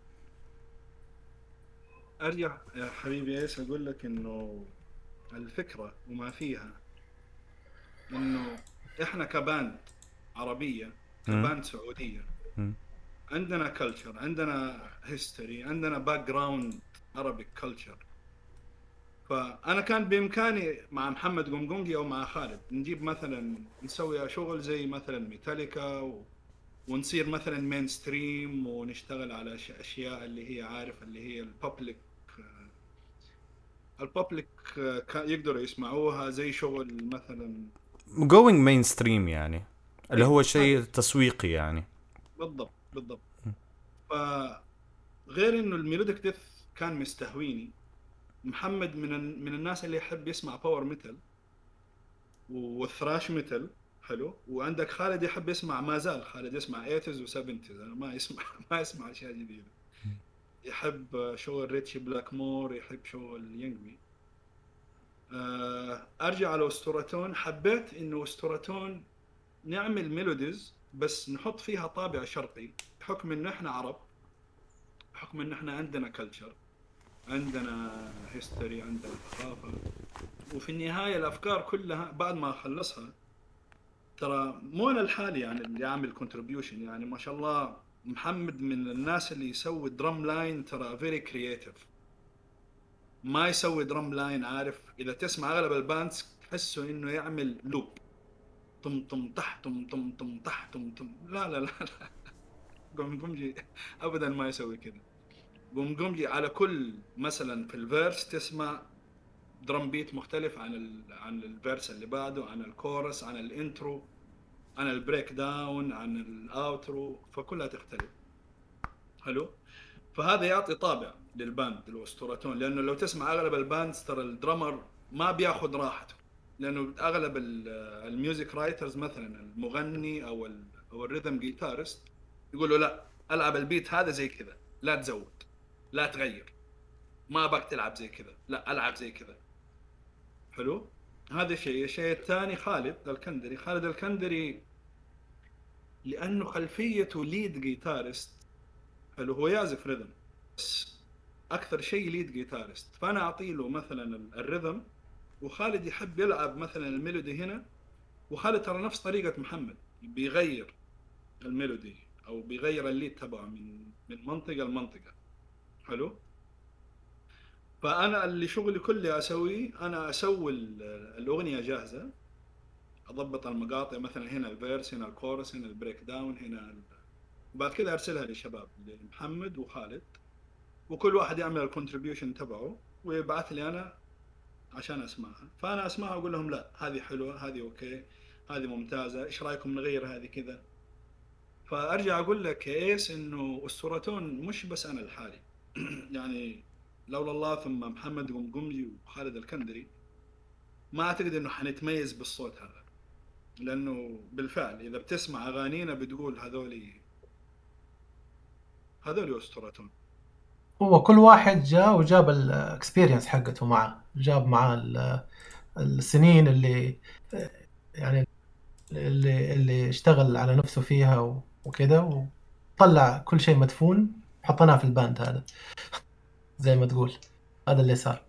ارجع يا حبيبي ايش اقول لك، انه الفكرة وما فيها انه احنا كباند عربية، مم؟ كباند سعودية، مم؟ عندنا كلتشر، عندنا هيستوري، عندنا باك جراوند عربي كلتشر. فانا كان بامكاني مع محمد قمقنجي او مع خالد نجيب مثلا نسوي شغل زي مثلا ميتاليكا و... ونصير مثلا مين ستريم ونشتغل على أش- اشياء اللي هي عارف اللي هي الببليك الببليك يقدروا يسمعوها، زي شغل مثلا. going mainstream يعني، اللي ايوه هو هذا شيء تسويقي يعني. بالضبط بالضبط. فغير انه الميلوديك ديث كان مستهويني، محمد من ال- من الناس اللي يحب يسمع باور ميتال والثراش ميتال. حلو. وعندك خالد يحب يسمع، ما زال خالد يسمع ثمانينات و70، انا ما يسمع ما يسمع اشياء جديده. يحب شغل ريتشي بلاك مور، يحب شغل ينجوي. آه، ارجع على اسطورتون، حبيت انه اسطورتون نعمل ميلوديز بس نحط فيها طابع شرقي، بحكم انه احنا عرب، بحكم انه احنا عندنا كلتشر، عندنا هيستوري، عندنا ثقافه. وفي النهايه الافكار كلها بعد ما اخلصها، ترى مو انا الحالي يعني اللي عامل كونتريبيوشن، يعني ما شاء الله محمد من الناس اللي يسوي درام لاين ترى فيري كرييتيف. ما يسوي درام لاين، عارف اذا تسمع اغلب الباندز تحسه انه يعمل لوب، طم طم تح طم طم طم تح طم طم. لا لا لا لا، قمقمجي ابدا ما يسوي كذا. قمقمجي على كل مثلا في الفيرس تسمع درام بيت مختلف عن ال... عن الفيرس اللي بعده، عن الكورس، عن الانترو، عن البريك داون، عن الاوترو، فكلها تختلف. حلو. فهذا يعطي طابع للباند الاسطورتون، لانه لو تسمع اغلب الباند ترى الدرامر ما بياخذ راحته، لانه اغلب ال- الميوزك رايترز مثلا المغني او ال او الريذم جيتارست يقولوا لا، العب البيت هذا زي كذا، لا تزود، لا تغير، ما ابغاك تلعب زي كذا، لا العب زي كذا. حلو. هذا شيء. الشيء الثاني خالد الكندري. خالد الكندري لانه خلفيته ليد جيتارست، حلو، هو يعزف رhythm بس اكثر شيء ليد جيتارست، فانا اعطي له مثلا الرhythm وخالد يحب يلعب مثلا الميلودي هنا. وخالد ترى نفس طريقه محمد، بيغير الميلودي او بيغير الليد تبعه من من منطقه لمنطقه، حلو. فانا اللي شغلي كله اسويه، انا اسوي الاغنيه جاهزه، اضبط المقاطع مثلا هنا الفيرس، هنا الكورس، هنا البريك داون، هنا ال... وبعد كده ارسلها للشباب لمحمد وخالد، وكل واحد يعمل الكونتريبيوشن تبعه ويبعث لي انا عشان اسمعها. فانا اسمعها واقول لهم لا هذه حلوه، هذه اوكي، هذه ممتازه، ايش رايكم نغير هذه كذا. فارجع اقول لك يا ايس انه اسطورتون مش بس انا لحالي يعني لولا الله ثم محمد قمقمجي وخالد الكندري ما اعتقد انه حنتميز بالصوت هذا، لانه بالفعل اذا بتسمع اغانينا بتقول هذولي هذولي اسطورتون. هو كل واحد جاء وجاب الاكسبيرينس حقته معه، جاب معاه ال- السنين اللي يعني اللي اللي اشتغل على نفسه فيها و- وكده، وطلع كل شيء مدفون حطيناه في الباند هذا زي ما تقول. هذا اللي صار.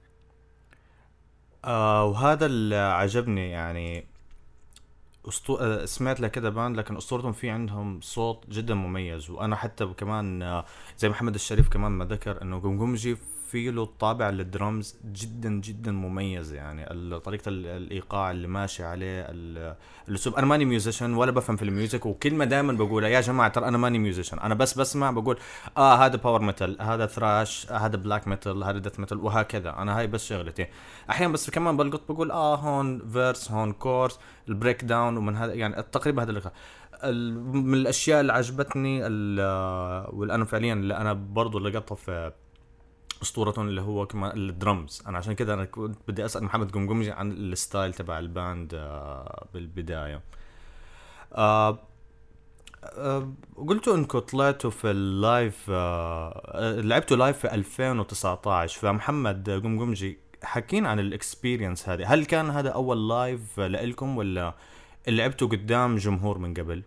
آه وهذا اللي عجبني يعني. أسطو... آه، سمعت لك كده باند، لكن اسطورتهم في عندهم صوت جدا مميز. وانا حتى كمان آه، زي محمد الشريف كمان ما ذكر انه قمقمجي في له طابع للدرامز جدا جدا مميز، يعني ال- طريقه ال- الايقاع اللي ماشي عليه ال- الاسلوب. انا ماني ميوزيشن ولا بفهم في الميوزك، وكلمه دائما بقولها يا جماعه ترى انا ماني ميوزيشن، انا بس بسمع بقول اه هذا باور ميتال، هذا ثراش، هذا بلاك ميتال، هذا ديث ميتال، وهكذا. انا هاي بس شغلتي. احيانا بس كمان بلقط بقول اه هون فيرس، هون كورس، البريك داون، ومن هذا يعني تقريبا هذا اللي ال- من الاشياء اللي عجبتني ال- والأنا فعليا اللي انا برضو لقطها في اسطورة اللي هو كمان الدرمز. انا عشان كده انا كنت بدي اسال محمد قمقمجي عن الستايل تبع الباند آه، بالبدايه. آه، آه، قلتوا انكم طلعتوا في اللايف، آه، لعبتوا لايف في ألفين وتسعطعش. فمحمد قمقمجي حكينا عن الاكسبيرينس هذه، هل كان هذا اول لايف لإلكم ولا لعبتوا قدام جمهور من قبل؟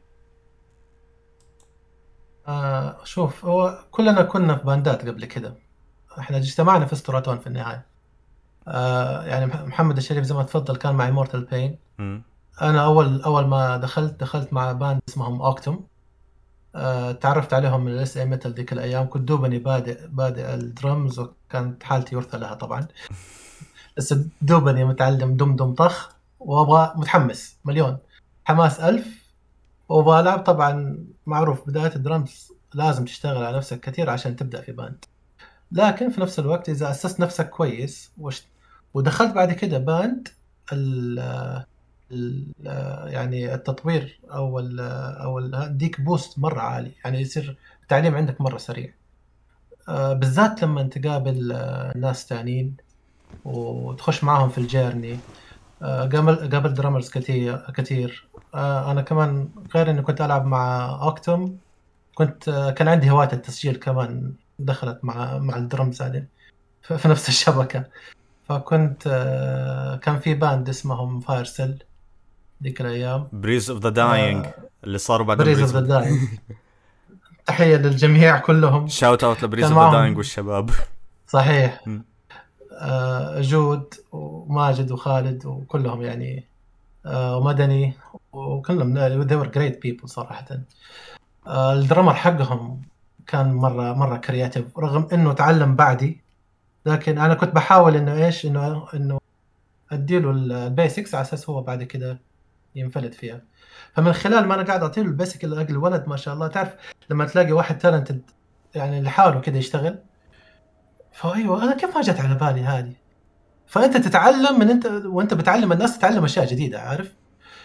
آه شوف، هو كلنا كنا في باندات قبل كده، احنا اجتمعنا في استراتون في النهاية. آه يعني مح- محمد الشريف زي ما تفضل كان مع مورتال بين. مم. انا اول اول ما دخلت دخلت مع باند اسمهم اوكتوم. آه تعرفت عليهم من الاس اي ميتال ذيك الايام، كنت دوبني بادئ بادئ الدرمز، وكانت حالتي يرثى لها طبعا. بس دوبني متعلم دم دم طخ، وابغى متحمس مليون حماس ألف، وابغى العب. طبعا معروف بداية الدرمز لازم تشتغل على نفسك كثير عشان تبدأ في باند، لكن في نفس الوقت إذا أسست نفسك كويس وش... ودخلت بعد كده باند، ال... ال... يعني التطوير أو ال... أو ال... ديك بوست مرة عالي، يعني يصير التعليم عندك مرة سريع. آه، بالذات لما تقابل آه، ناس تانيين وتخش معاهم في الجيرني. آه، قابل قابل درامرز كثير كثير. آه، أنا كمان غير إني كنت ألعب مع أوكتوم، كنت آه، كان عندي هواية التسجيل كمان دخلت مع مع الدرمز هذه في في نفس الشبكة. فكنت آه، كان في باند اسمهم فاير سيل ذيك الأيام. بريز اوف ذا داينج اللي صاروا بعد بريز اوف ذا داينج. تحية للجميع كلهم. شاوت اوت لبريز كان اوف ذا معهم داينج والشباب. صحيح. مم. آه، جود وماجد وخالد وكلهم يعني، آه، ومدني، وكلهم they were great people صراحة. آه، الدرامر حقهم كان مرة مرة كرياتيف، رغم انه تعلم بعدي، لكن انا كنت بحاول انه ايش انه انه اديله البيسكس على اساس هو بعد كده ينفلت فيها. فمن خلال ما انا قاعد اعطيه البيسك اللي الولد ما شاء الله، تعرف لما تلاقي واحد تالنتد يعني لحاله كده يشتغل، فايوه انا كيف ما جت على بالي هذه. فانت تتعلم من انت وانت بتعلم الناس، تتعلم اشياء جديده، عارف.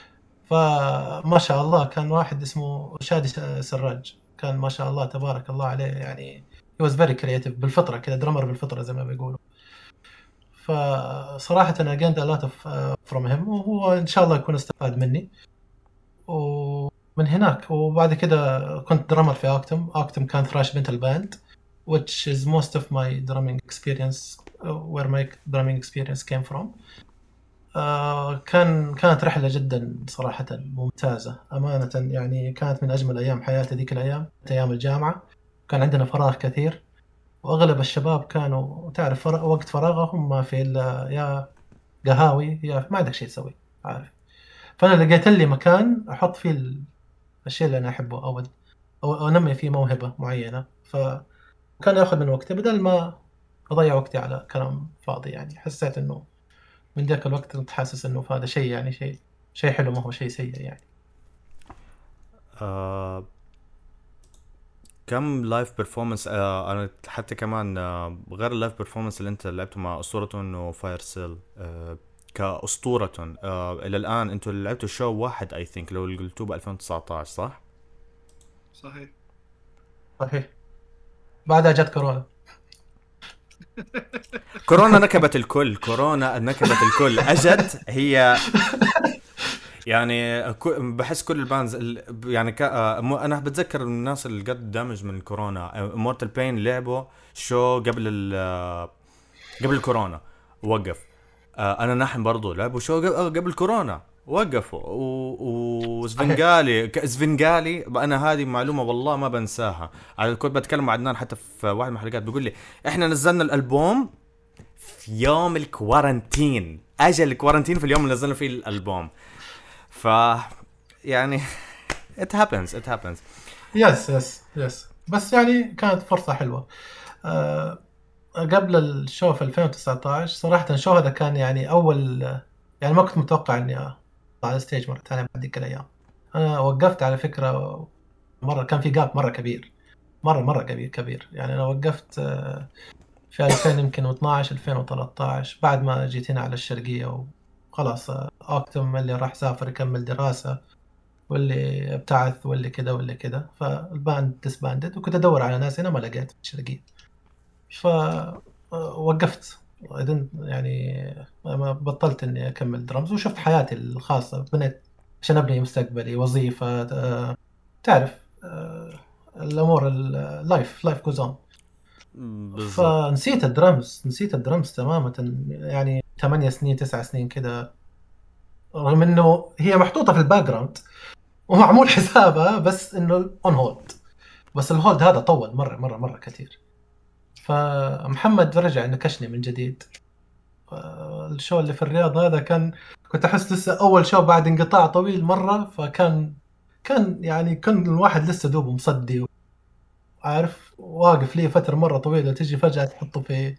فما شاء الله كان واحد اسمه شادي سراج، كان ما شاء الله تبارك الله عليه، يعني he was very creative بالفطرة كده، درامر بالفطرة زي ما بيقولوا. فصراحة أنا gained a lot of uh, from him، وهو إن شاء الله يكون استفاد مني. ومن هناك وبعد كده كنت درامر في أوكتوم. أوكتوم كان thrash metal band which is most of my drumming experience uh, where my drumming experience came from. آه كان كانت رحلة جدا صراحة ممتازة أمانة، يعني كانت من أجمل أيام حياتي ذيك الأيام، أيام الجامعة. كان عندنا فراغ كثير، وأغلب الشباب كانوا تعرف فرق وقت فراغهم في ال- يا قهاوي يا ما عندك شيء تسوي، عارف. فأنا لقيت لي مكان أحط فيه الشيء اللي أنا أحبه، أو أو أنمي فيه موهبة معينة، فكان ياخذ من وقتي بدل ما أضيع وقتي على كلام فاضي. يعني حسيت إنه من ذاك الوقت كنت حاسس إنه هذا شيء، يعني شيء شيء حلو، ما هو شيء سيء يعني. آه كم لايف بيرفورمانس آه انا حتى كمان آه غير اللايف بيرفورمانس اللي انت لعبته مع اسطورة وفاير سيل آه كأسطورة آه الى الان انتوا لعبتوا شو واحد اي ثينك لو اللي قلتوه ب ألفين وتسعطعش صح؟ صحيح. صحيح. بعدها جت كورونا. كورونا نكبت الكل، كورونا نكبت الكل اجت هي. يعني بحس كل البانز يعني كا انا بتذكر الناس اللي قد دامج من الكورونا. مورتال بين لعبوا شو قبل ال قبل الكورونا وقف. انا نحن برضو لعبوا شو قبل الكورونا وقفوا. وسفنغالي سفنغالي انا هذه معلومه والله ما بنساها. على كنت بتكلم مع عدنان حتى في واحد من الحلقات بيقول لي احنا نزلنا الالبوم في يوم الكوارنتين، اجل الكوارنتين في اليوم اللي نزلنا فيه الالبوم. ف يعني it happens it happens. يس يس يس بس يعني كانت فرصة حلوة. أه قبل الشو في ألفين وتسعطعش صراحة الشو هذا كان يعني أول، يعني ما كنت متوقع إني أطلع على الستيج مرة ثانية بعد ذيك الأيام. أنا وقفت على فكرة مرة، كان في جاب مرة كبير، مرة مرة كبير كبير. يعني أنا وقفت آه، في ألفين يمكن واثناشر ألفين وثلاثطعش بعد ما جيت هنا على الشرقية، وخلاص آه، أكتم اللي راح سافر يكمل دراسة، واللي ابتعث، واللي كذا واللي كذا. فالباند ديسباندد، وكنت أدور على ناس هنا ما لقيت في الشرقية، فوقفت يعني ما بطلت إني أكمل درامز، وشفت حياتي الخاصة، بنيت عشان أبني مستقبلي، وظيفة آه، تعرف آه، الأمور، اللايف لايف جوز اون. بالضبط. فنسيت الدرامز، نسيت الدرامز تماما. يعني ثمانية سنين تسعة سنين كذا، رغم إنه هي محطوطة في الباك جراوند ومعمول حسابها، بس إنه اون هولد. بس الهولد هذا طول مرة مرة مرة كثير. فمحمد رجع نكشني من جديد. الشو اللي في الرياض هذا كان، كنت أحس لسه أول شو بعد انقطاع طويل مرة، فكان كان يعني كان الواحد لسه دوب مصدي، عارف، واقف لي فترة مرة طويلة، تجي فجأة تحطه في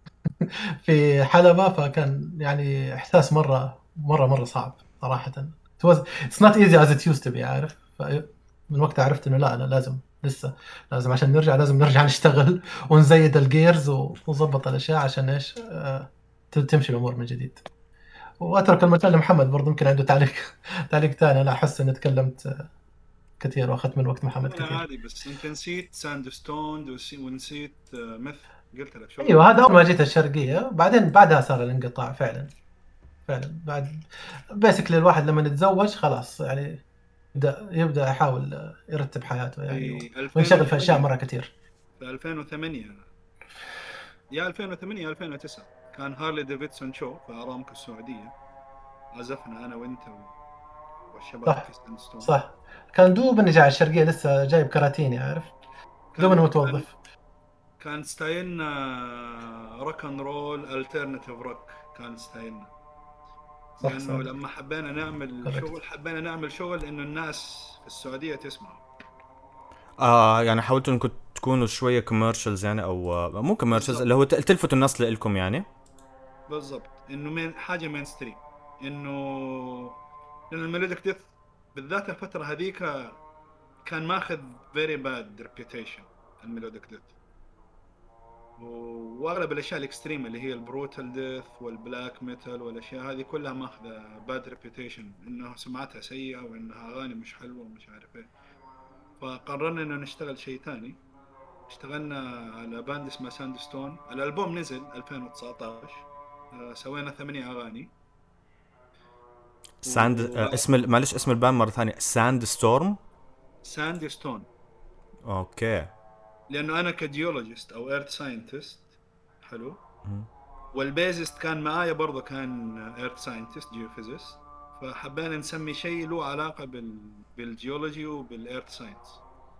في حلبة. فكان يعني إحساس مرة مرة مرة صعب صراحة. it was it's not easy as it used to be، عارف. من وقتها عرفت إنه لا، أنا لازم لسه لازم عشان نرجع لازم نرجع نشتغل ونزيد الجيرز ونظبط الأشياء عشان إيش آه تمشي الأمور من جديد. وأترك المجال لمحمد برضه، يمكن عنده تعليق تعليق ثاني. أنا أحس إني تكلمت كثير وأخذت من وقت محمد انا كثير. عادي، بس انت نسيت ساندستون ونسيت مث. قلت لك شو أيوة، هذا أول ما جيت الشرقية، بعدين بعدها صار الانقطاع فعلا فعلا. بعد بيسكلي الواحد لما يتزوج خلاص، يعني يبدأ يبدأ يحاول يرتب حياته يعني، في وينشغل في أشياء ألفين وثمانية مرة كثير. في ألفين وثمانية يا ألفين وثمانية يا ألفين وتسعة كان هارلي ديفيدسون شو في ارامكو السعوديه، عزفنا انا وانت والشباب صح في ساندستون. صح. كان دوب اني جاي على الشرقية، لسه جايب كراتيني، عارف، دوب اني كان متوظف. كان ستايلنا روك اند رول الترناتيف روك، كان ستايلنا. صح صح. لانه لما حبينا نعمل كوركت. شغل حبينا نعمل شغل انه الناس في السعوديه تسمع. اه يعني حاولتوا انكم تكونوا شويه كوميرشلز يعني، او آه مو كوميرشلز، اللي هو تلفتوا الناس لكم يعني. بالضبط، انه من حاجه مين ستريم، انه لان الميلوديك ديث بالذات الفتره هذيك كان ماخذ فيري باد ريبيوتيشن الميلوديك ديث، واغلب الاشياء الاكستريم اللي هي البروتال ديث والبلاك ميتال والاشياء هذه كلها ماخذه باد ريبيوتيشن، انه سمعتها سيئه وانها اغاني مش حلوه ومش عارف ايه. فقررنا انه نشتغل شيء ثاني. اشتغلنا على باند اسمه ساندستون. الالبوم نزل ألفين وتسعطعش. آه، سوينا ثمانية اغاني. ساند و... آه اسم ال... معلش اسم الباند مره ثانيه، ساند ستورم. ساندستون، اوكي. لانه انا كجيولوجيست او ايرث ساينتست، حلو، والبيزست كان معايا برضه كان ايرث ساينتست جيوفيزيست، فحبينا نسمي شيء له علاقه بال بالجيولوجي وبالايرث ساينس.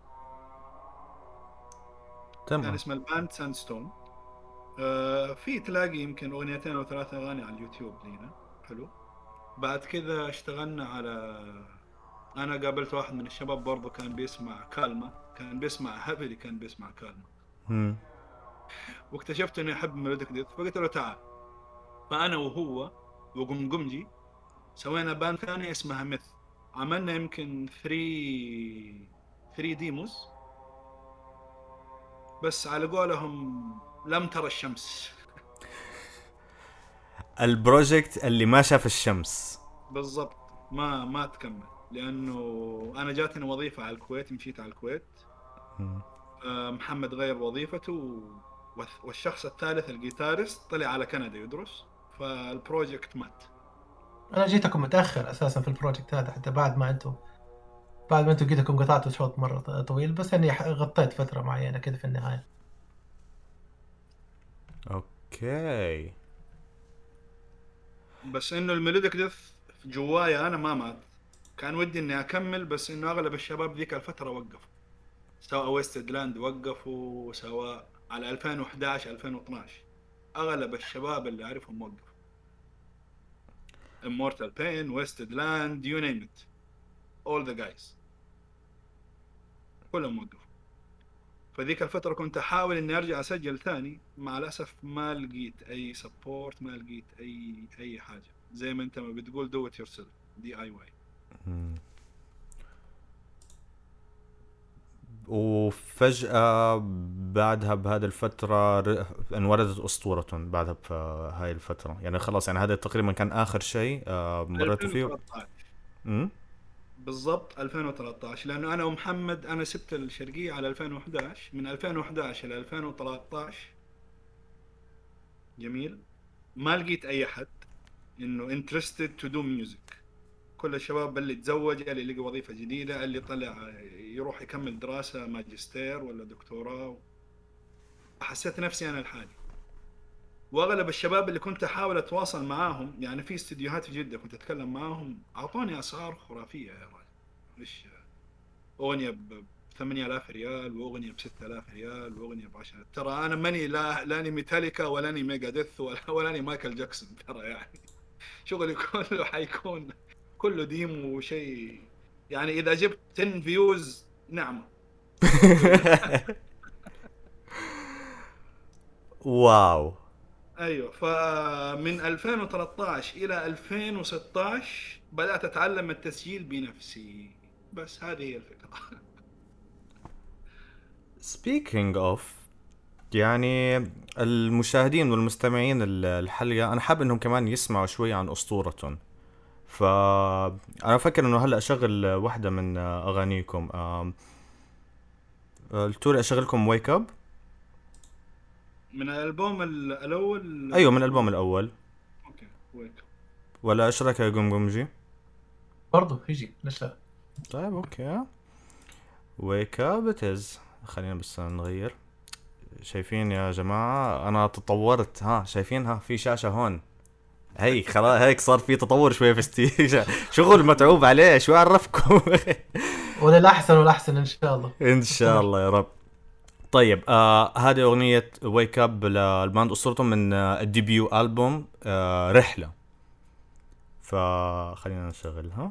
كان تمام. اسمه الباند ساندستون. آه في تلاقي يمكن اغنيتين او ثلاثه اغاني على اليوتيوب لينا. حلو. بعد كذا اشتغلنا على، انا قابلت واحد من الشباب برضه كان بيسمع كالما، كان بيسمع هافلي، كان بيسمع كالما، مم. واكتشفت انه يحب ميلوديك ديث، فقلت له تعال. فانا وهو وقمقمجي سوينا باند ثاني اسمها ميث. عملنا يمكن ثري ثري ديموز، بس على قولهم لم ترى الشمس. البروجكت اللي ما شاف الشمس. بالضبط، ما ما تكمل، لانه انا جاتني وظيفه على الكويت، مشيت على الكويت. مم. آه، محمد غير وظيفته، والشخص الثالث الجيتارست طلع على كندا يدرس، فالبروجكت مات. انا جيتكم متاخر اساسا في البروجكت هذا، حتى بعد ما انتم بعد ما انتم جيتكم قطعتوا شوط مره طويل، بس اني غطيت فتره معينه كذا في النهايه. اوكي. بس انه الميلوديك ديث جوايا انا ما مات، كان ودي اني اكمل، بس انه اغلب الشباب ذيك الفتره وقفوا، سواء ويستد لاند وقفوا، سواء على ألفين وإحدى عشر ألفين واثني عشر اغلب الشباب اللي اعرفهم وقفوا. Immortal Pain, Wasted Land, you name it, all the guys كلهم وقفوا. فذيك الفترة كنت أحاول إني أرجع أسجل ثاني، مع الأسف ما لقيت أي سبورت، ما لقيت أي أي حاجة، زي ما أنت ما بتقول do it yourself دي آي واي. وفجأة بعدها بهذه الفترة ر- انولدت أسطورة بعدها بهاي الفترة، يعني خلاص يعني هذا تقريبا كان آخر شيء آه، مريتوا فيه. ألفين وثلاثة عشر مم؟ بالضبط ألفين وثلاثة عشر، لأنه أنا ومحمد أنا سبت الشرقية على ألفين وإحدى عشر، من ألفين وإحدى عشر إلى ألفين وثلاثة عشر جميل، ما لقيت أي حد إنه interested to do music. كل الشباب اللي تزوج، اللي لقى وظيفة جديدة، اللي طلع يروح يكمل دراسة ماجستير ولا دكتوراه. حسيت نفسي أنا الحالي. وأغلب الشباب اللي كنت أحاول أتواصل معاهم، يعني في استديوهات في جدة كنت أتكلم معاهم، أعطوني أسعار خرافية يا راجل. إيش أغنية ب ثمانية آلاف ريال، وأغنية ب ستة آلاف ريال، وأغنية ب عشرة. ترى أنا ماني لا لاني ميتاليكا ولاني ميجا ديث ولا ولاني مايكل جاكسون، ترى يعني شغلي كله حيكون كله ديمو وشيء، يعني إذا جبت عشرة فيوز نعمة. واو. ايوه. فمن ألفين وثلاثة عشر الى ألفين وستة عشر بدات اتعلم التسجيل بنفسي، بس هذه هي الفكره. speaking of، يعني المشاهدين والمستمعين ال- الحلقة أنا حاب إنهم كمان يسمعوا شوي عن أسطورة، فأنا فكر إنه هلأ أشغل واحدة من أغانيكم. آم، التوري أشغلكم wake up. من الالبوم ال- الاول. أيوة من الألبوم الأول. اوكي ويك. ولا أشرك يا قمقمجي؟ برضو يجي ليش لا. طيب أوكي. wake up it is. خلينا بس نغير. شايفين يا جماعة أنا تطورت، ها شايفين، ها في شاشة هون، هيك خلاص هيك صار في تطور شوي في ستيج. شغل متعوب عليه، شو عرفكم؟ ولا الأحسن ولا أحسن إن شاء الله. إن شاء الله يا رب. طيب آه هذه أغنية wake up للباند أسطورة من آه الديبيو ألبوم آه رحلة، فخلينا نشغلها.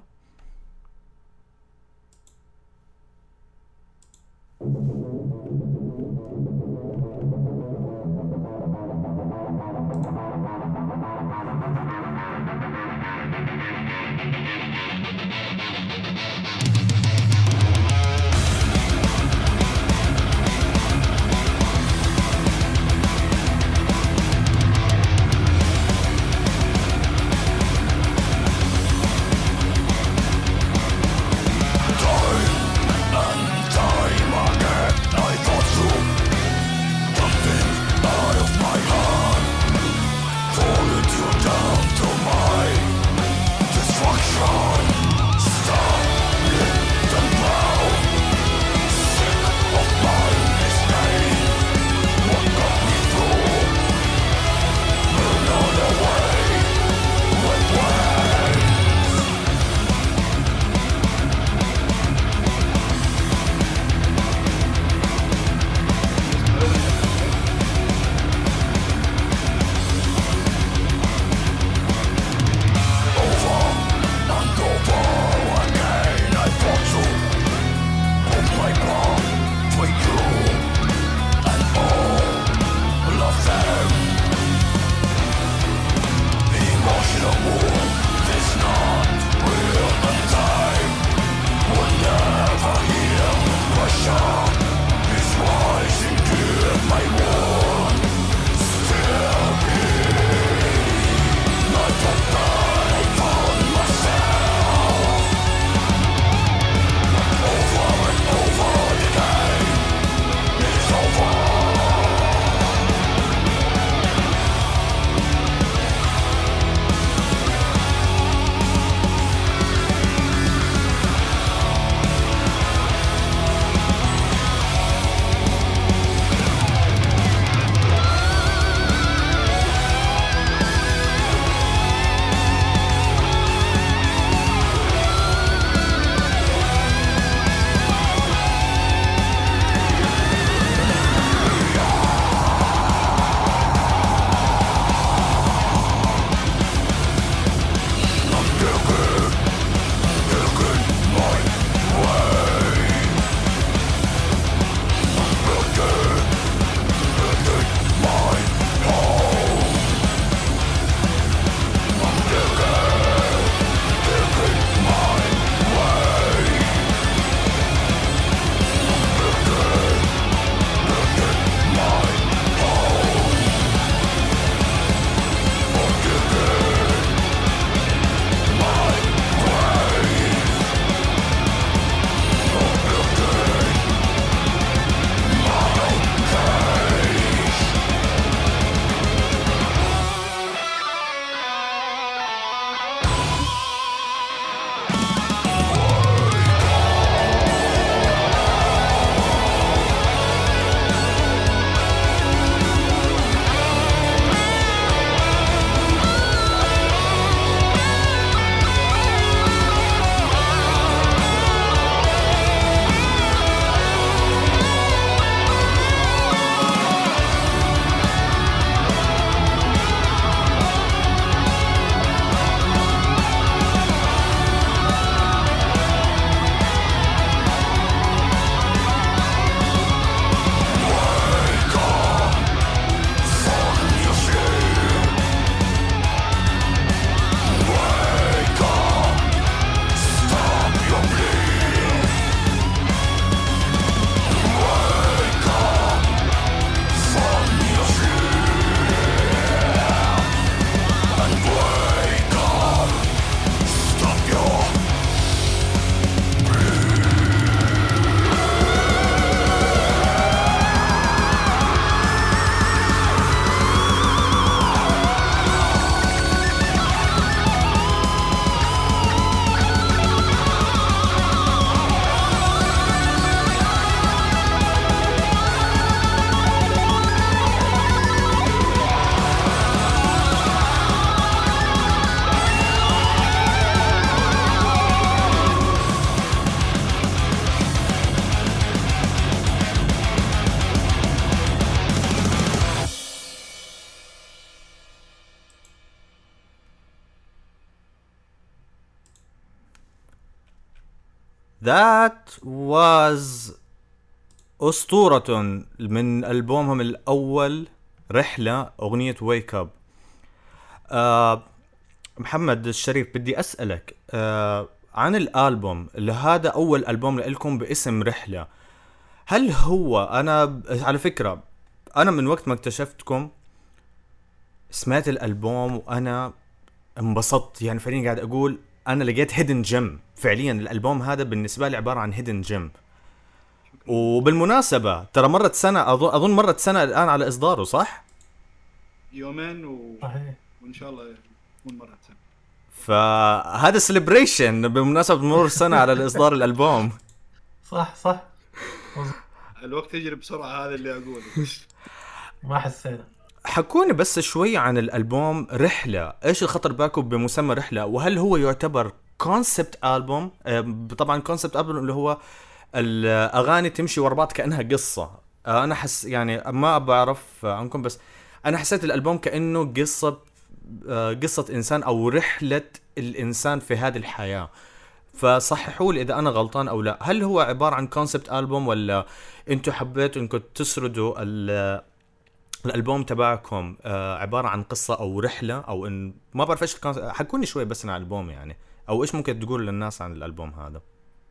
that was أسطورة من ألبومهم الأول رحلة، أغنية Wake Up. آه محمد الشريف بدي أسألك آه عن الألبوم اللي هذا أول ألبوم لكم باسم رحلة. هل هو أنا على فكرة أنا من وقت ما اكتشفتكم سمعت الألبوم وأنا انبسطت، يعني فعليا قاعد أقول أنا لقيت هيدن جيم. فعليا الألبوم هذا بالنسبة لي عبارة عن هيدن جيم. وبالمناسبة ترى مرت سنة، أظن أظن مرت سنة الآن على إصداره، صح؟ يومين و... صحيح. وإن شاء الله يكون مرة سنة. فهذا سيلبريشن بمناسبة مرور سنة على الإصدار الألبوم. صح صح. الوقت يجري بسرعة، هذا اللي أقوله. ما حسينا. حكوني بس شوي عن الألبوم رحلة، إيش الخطر بالكم بمسمى رحلة؟ وهل هو يعتبر كونسبت ألبوم؟ طبعا كونسبت ألبوم اللي هو الأغاني تمشي ورا بعض كأنها قصة. أنا حس يعني ما بعرف عنكم، بس أنا حسيت الألبوم كأنه قصة قصة إنسان أو رحلة الإنسان في هذه الحياة. فصححوا لي إذا أنا غلطان أو لا. هل هو عبارة عن كونسبت ألبوم ولا أنتوا حبيتوا إنكم تسردوا الألبوم تبعكم عبارة عن قصة أو رحلة، أو إن ما بعرف إيش الكونسبت؟ حكوني شوي بس عن الألبوم يعني، أو إيش ممكن تقول للناس عن الألبوم هذا؟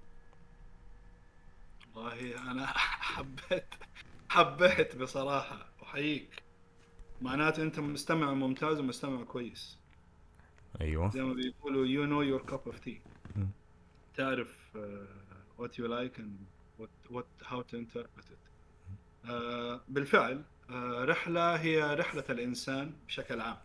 والله أنا حبيت حبيت بصراحة، وحييك. معناته أنت مستمع ممتاز ومستمع كويس. أيوة زي ما بيقولوا you know your cup of tea. تعرف uh, what you like and what, what how to interpret it. uh, بالفعل uh, رحلة هي رحلة الإنسان بشكل عام.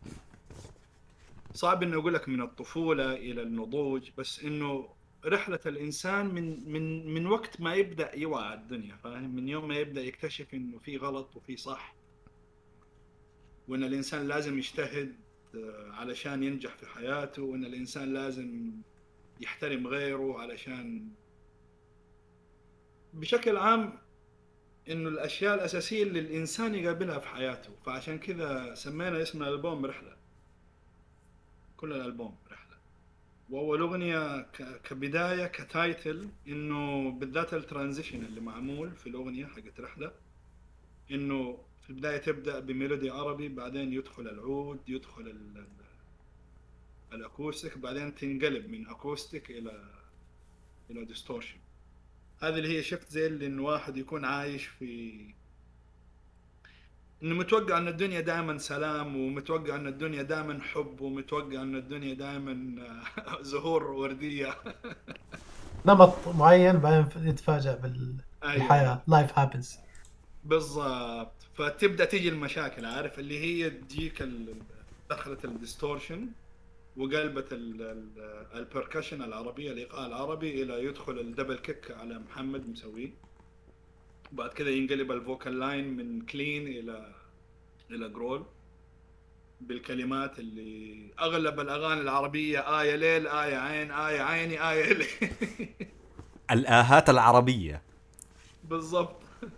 صعب إنه أقول لك من الطفولة إلى النضوج، بس إنه رحلة الإنسان من من من وقت ما يبدأ يوعى الدنيا، فاهم؟ من يوم ما يبدأ يكتشف إنه في غلط وفي صح، وإن الإنسان لازم يجتهد علشان ينجح في حياته، وإن الإنسان لازم يحترم غيره علشان بشكل عام إنه الأشياء الأساسية اللي الإنسان يقابلها في حياته. فعشان كذا سمينا اسم الألبوم رحلة. كل الألبوم رحلة. وأول أغنية كبداية كتايتل، إنه بالذات الترانزيشن اللي معمول في الأغنية حقت رحلة، إنه في البداية تبدأ بميلودي عربي، بعدين يدخل العود، يدخل الأكوستيك، بعدين تنقلب من أكوستيك إلى إلى ديستورشن. هذه اللي هي شفت زي اللي إنه واحد يكون عايش في إنه متوقع أن الدنيا دائما سلام، ومتوقع أن الدنيا دائما حب، ومتوقع أن الدنيا دائما زهور وردية. نمط معين بعدين يتفاجأ بالحياة. أيوة. life happens. بالضبط. فتبدأ تيجي المشاكل، عارف اللي هي تجيك دخلت الديستورشن وقلبت البركشن العربية، الإيقاع العربي، إلى يدخل الدبل كيك على محمد مسويه، بعد كده ينقلب الفوكال لاين من كلين إلى إلى جرول بالكلمات اللي أغلب الأغاني العربية آية ليل، آية عين، آية عيني، آية ليل. الآهات العربية. بالضبط.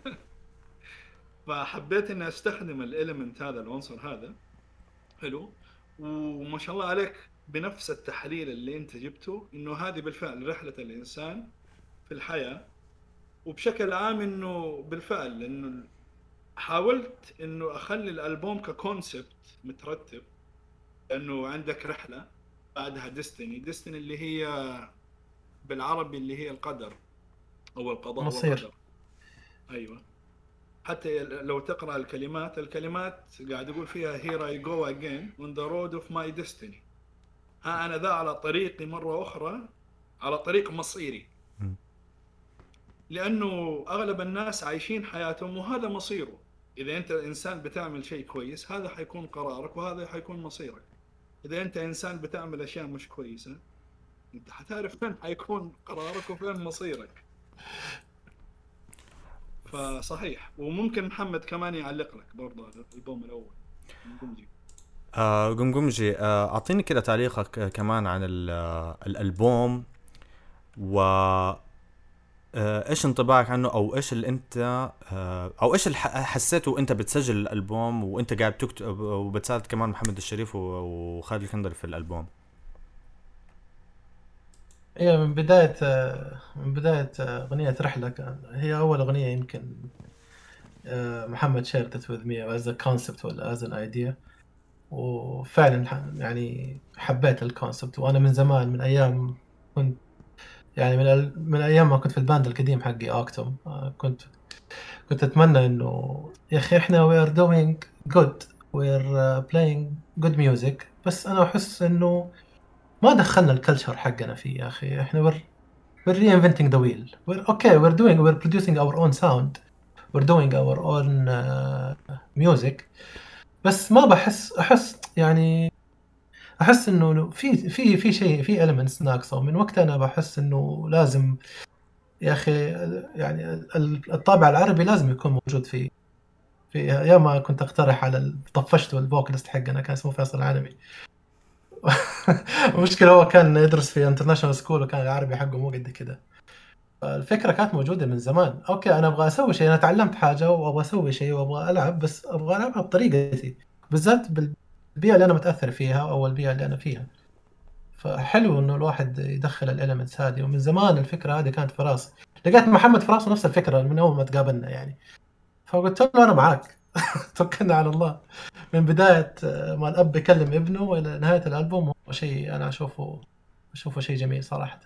فحبيت إني أستخدم الإليمنت هذا، العنصر هذا حلو. وما شاء الله عليك بنفس التحليل اللي أنت جبته، إنه هذه بالفعل رحلة الإنسان في الحياة. وبشكل عام إنه بالفعل إنه حاولت إنه أخلي الألبوم ككونسبت مترتب، إنه عندك رحلة، بعدها ديستني. ديستني اللي هي بالعربي اللي هي القدر أو القضاء والقدر. أيوة. حتى لو تقرأ الكلمات الكلمات قاعد يقول فيها here I go again on the road of my destiny. ها أنا ذا على طريقي مرة أخرى، على طريق مصيري. لأنه أغلب الناس عايشين حياتهم وهذا مصيره. إذا أنت إنسان بتعمل شيء كويس هذا حيكون قرارك وهذا حيكون مصيرك. إذا أنت إنسان بتعمل أشياء مش كويسة أنت حتعرف فين حيكون قرارك وفين مصيرك. فصحيح. وممكن محمد كمان يعلق لك برضه الألبوم الأول قمقمجي. آه قمقمجي آه أعطيني كده تعليقك كمان عن الألبوم، و آه إيش انطباعك عنه، أو إيش اللي أنت آه أو إيش اللي حسيته وأنت بتسجل الألبوم وأنت قاعد تكتب وبتساعد كمان محمد الشريف وخالد الكندري في الألبوم. هي من بداية من بداية أغنية رحلة كان هي أول أغنية يمكن آه، محمد shared it with me as a concept ولا as an idea. وفعلا ح- يعني حبيت الكونسبت، وأنا من زمان من أيام كنت يعني من ال- من أيام ما كنت في الباند القديم حقي أوكتوم، آه، كنت كنت أتمنى إنه يا أخي إحنا we are doing good we're uh, playing good music، بس أنا أحس إنه ما دخلنا الكلتشر حقنا فيه يا أخي. إحنا we're we're reinventing the wheel. We're okay. We're doing. We're producing our own sound. We're doing our own uh, music. بس ما بحس أحس يعني أحس إنه في في في شيء في elements ناقصة، ومن وقتها أنا بحس إنه لازم يا أخي يعني ال- الطابع العربي لازم يكون موجود في في أيام ما كنت أقترح على ال- طفشت الفوكاليست حقنا كان اسمه فيصل العالمي. المشكلة هو كان يدرس في انترناشونال سكول وكان العربي حقه مو قد كده. الفكرة كانت موجودة من زمان. أوكي أنا أبغى أسوي شيء، أنا تعلمت حاجة وأبغى أسوي شيء وأبغى ألعب، بس أبغى ألعبها بطريقتي، بالذات بالبيئة اللي أنا متأثر فيها أو البيئة اللي أنا فيها. فحلو إنه الواحد يدخل الإليمنتس هذه، ومن زمان الفكرة هذه كانت في راسي. لقيت محمد في راسه نفس الفكرة من أول ما تقابلنا يعني، فقلت له أنا معاك. توكلنا على الله. من بداية ما الأب بيكلم ابنه وإلى نهاية الألبوم هو شيء أنا أشوفه أشوفه شيء جميل صراحة.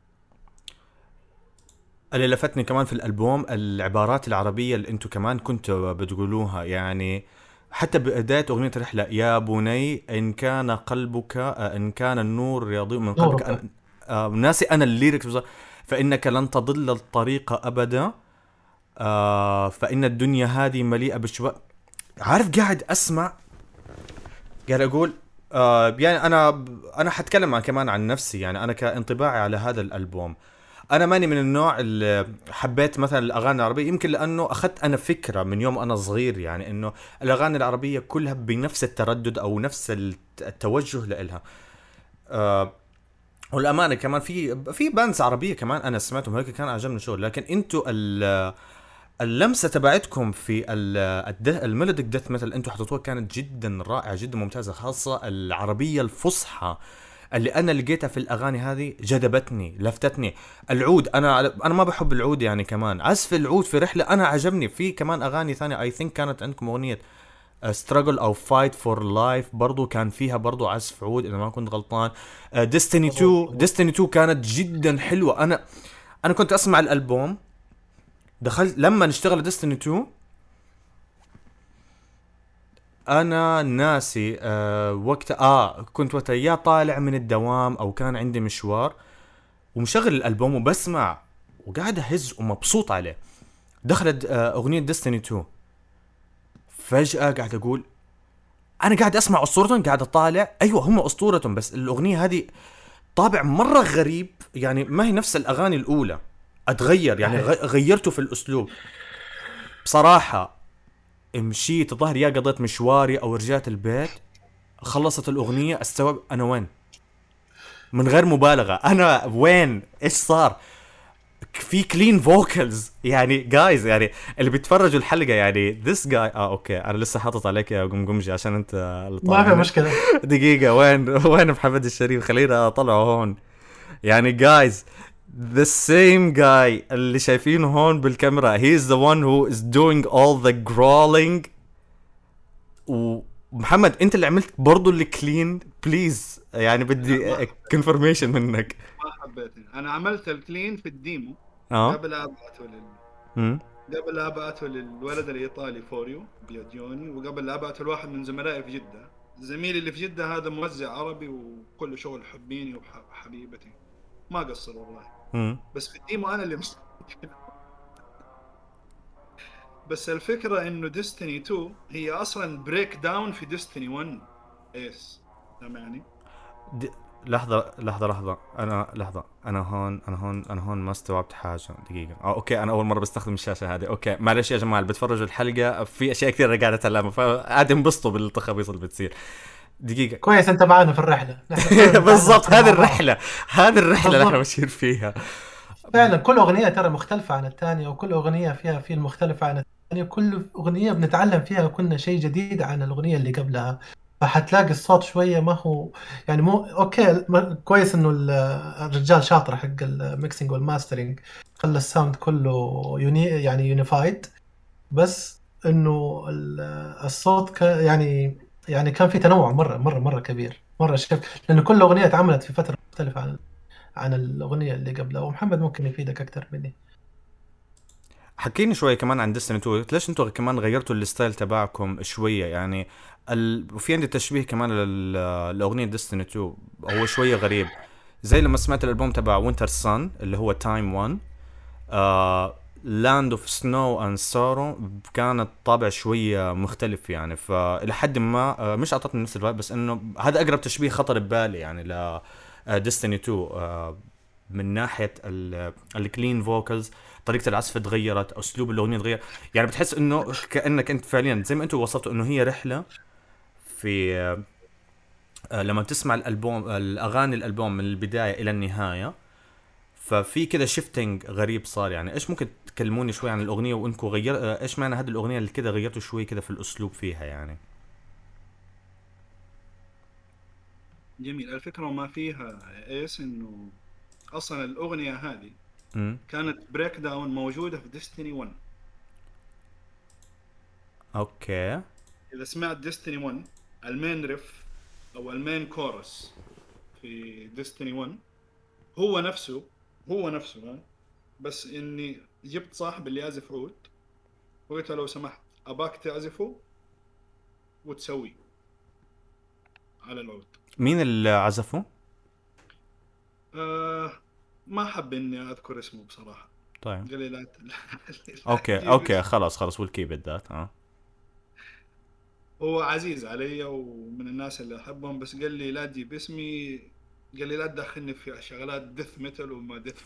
اللي لفتني كمان في الألبوم العبارات العربية اللي انتو كمان كنتوا بتقولوها، يعني حتى بداية أغنية رحلة، يا بني إن كان قلبك آه، إن كان النور يضيء من قلبك نورك. أنا آه، ناسي أنا الليركس بالظبط. فإنك لن تضل الطريق أبدا، آه، فإن الدنيا هذه مليئة بالشباب. عارف قاعد أسمع قاعد أقول آه، يعني أنا أنا حتكلم عن كمان عن نفسي، يعني أنا كانطباعي على هذا الألبوم. انا ماني من النوع اللي حبيت مثلا الاغاني العربيه، يمكن لانه اخذت انا فكره من يوم انا صغير، يعني انه الاغاني العربيه كلها بنفس التردد او نفس التوجه لإلها. أه والامانه كمان في في بانس عربيه كمان انا سمعتهم هيك كان عجبني شغل، لكن انتوا اللمسه تبعتكم في الميلوديك ديث مثل انتوا حطيتوها كانت جدا رائعه جدا ممتازه، خاصه العربيه الفصحى اللي انا لقيتها في الاغاني هذه جذبتني لفتتني. العود انا انا ما بحب العود، يعني كمان عزف العود في رحله انا عجبني. في كمان اغاني ثانيه اي ثينك كانت عندكم اغنيه ستراجل او فايت فور لايف برضو كان فيها برضو عزف عود اذا ما كنت غلطان. ديستني تو ديستني تو كانت جدا حلوه. انا انا كنت اسمع الالبوم، دخلت لما نشتغل ديستني تو انا ناسي آه وقت اه كنت وقتها يا طالع من الدوام او كان عندي مشوار ومشغل الالبوم وبسمع وقاعد اهز ومبسوط عليه. دخلت آه اغنيه ديستني تو، فجاه قاعد اقول انا قاعد اسمع اسطورتهم، قاعد اطالع ايوه هم اسطورتهم، بس الاغنيه هذه طابع مره غريب، يعني ما هي نفس الاغاني الاولى، اتغير يعني غيرته في الاسلوب بصراحه. مشيت ظهر يا قضيت مشواري او رجعت البيت، خلصت الاغنيه استوعب انا وين، من غير مبالغه انا وين، ايش صار. في كلين فوكالز يعني جايز، يعني اللي بيتفرجوا الحلقه يعني this guy اه اوكي انا لسه حاطط عليك يا قمقمجي عشان انت ما في مشكله. دقيقه وين وين محمد الشريف، خلينا اطلعه هون. يعني جايز the same guy اللي شايفينه هون بالكاميرا he is the one who is doing all the growling. ومحمد انت اللي عملت برضو اللي كلين بليز، يعني بدي كونفرميشن منك. ما حبيتني، انا عملت الكلين في الديمو اه قبل ابعته لل امم قبل ابعته للولد الايطالي فوريو بياديوني، وقبل ابعته لواحد من زملائي في جده. زميلي اللي في جده هذا موزع عربي وكل شغل حبيني وحبيبتي، ما قصر والله. امم بس في الديمو انا اللي مش بس الفكره انه ديستني تو هي اصلا بريك داون في ديستني ون ايس، سامعني؟ دي... لحظه لحظه لحظه انا لحظه انا هون انا هون انا هون ما استوعبت حاجه. دقيقه اه اوكي انا اول مره بستخدم الشاشه هذه. اوكي معلش يا جماعه اللي بتفرجوا الحلقه في اشياء كثيره قاعده اتعلمها، فقاعد انبسطوا بالتخابيص اللي بتصير. دقيقه كويس انت معنا في الرحله. بالضبط هذه الرحله هذه الرحله اللي احنا ماشيين فيها فعلا. كل اغنيه ترى مختلفه عن الثانيه، وكل اغنيه فيها في المختلفه عن الثانيه، كل اغنيه بنتعلم فيها كنا شيء جديد عن الاغنيه اللي قبلها. فحتلاقي الصوت شوية ما هو يعني مو اوكي ما- كويس انه ال- الرجال شاطر حق الميكسينج والماسترينج خلى الساوند كله يوني يعني يونيفايد، بس انه ال- الصوت ك يعني يعني كان في تنوع مرة مرة مرة كبير مرة شف، لأنه كل أغنية اتعملت في فترة مختلفة عن عن الأغنية اللي قبلها. ومحمد ممكن يفيدك أكثر مني. حكيني شوي كمان عن ديستني تو، ليش انتوا كمان غيرتوا الستايل تبعكم شويه يعني؟ ال... وفي عندي تشبيه كمان لل... لاغنيه ديستني تو، هو شويه غريب. زي لما سمعت الالبوم تبع وينتر سان اللي هو تايم واحد، آه... لاند اوف سنو اند سارو، كان الطابع شويه مختلف يعني، فالى حد ما آه مش اعطتني نفس الفايب، بس انه هذا اقرب تشبيه خطر ببالي يعني ل ديستني تو، آه من ناحيه الكلين فوكالز، طريقه العزف تغيرت، اسلوب الاغنيه تغير. يعني بتحس انه كانك انت فعليا زي ما انتم وصفتوا انه هي رحله في آه لما تسمع الالبوم، الاغاني الالبوم من البدايه الى النهايه، ففي كده شيفتنج غريب صار يعني. ايش ممكن تكلموني شوي عن الاغنيه وانكم غير آه ايش معنى هذه الاغنيه اللي كده غيرتوا شوي كده في الاسلوب فيها يعني؟ جميل. الفكرة وما فيها ايس انه اصلا الاغنية هذه امم كانت بريك داون موجودة في ديستني واحد. اوكي. اذا سمعت ديستني واحد، المين ريف او المين كورس في ديستني واحد هو نفسه هو نفسه ها، بس اني جبت صاحب اللي يعزف عود وقلت له لو سمحت اباك تعزفه وتسوي على العود. مين اللي عزفه؟ آه ما حب اني اذكر اسمه بصراحة. طيب قال لي لا ت- لا اوكي تجيب اوكي اسمه. خلاص خلاص، والكيب ذات اه. هو عزيز علي ومن الناس اللي احبهم، بس قال لي لا تجيب اسمي، قال لي لا تدخلني في شغلات ديث ميتال وما ديث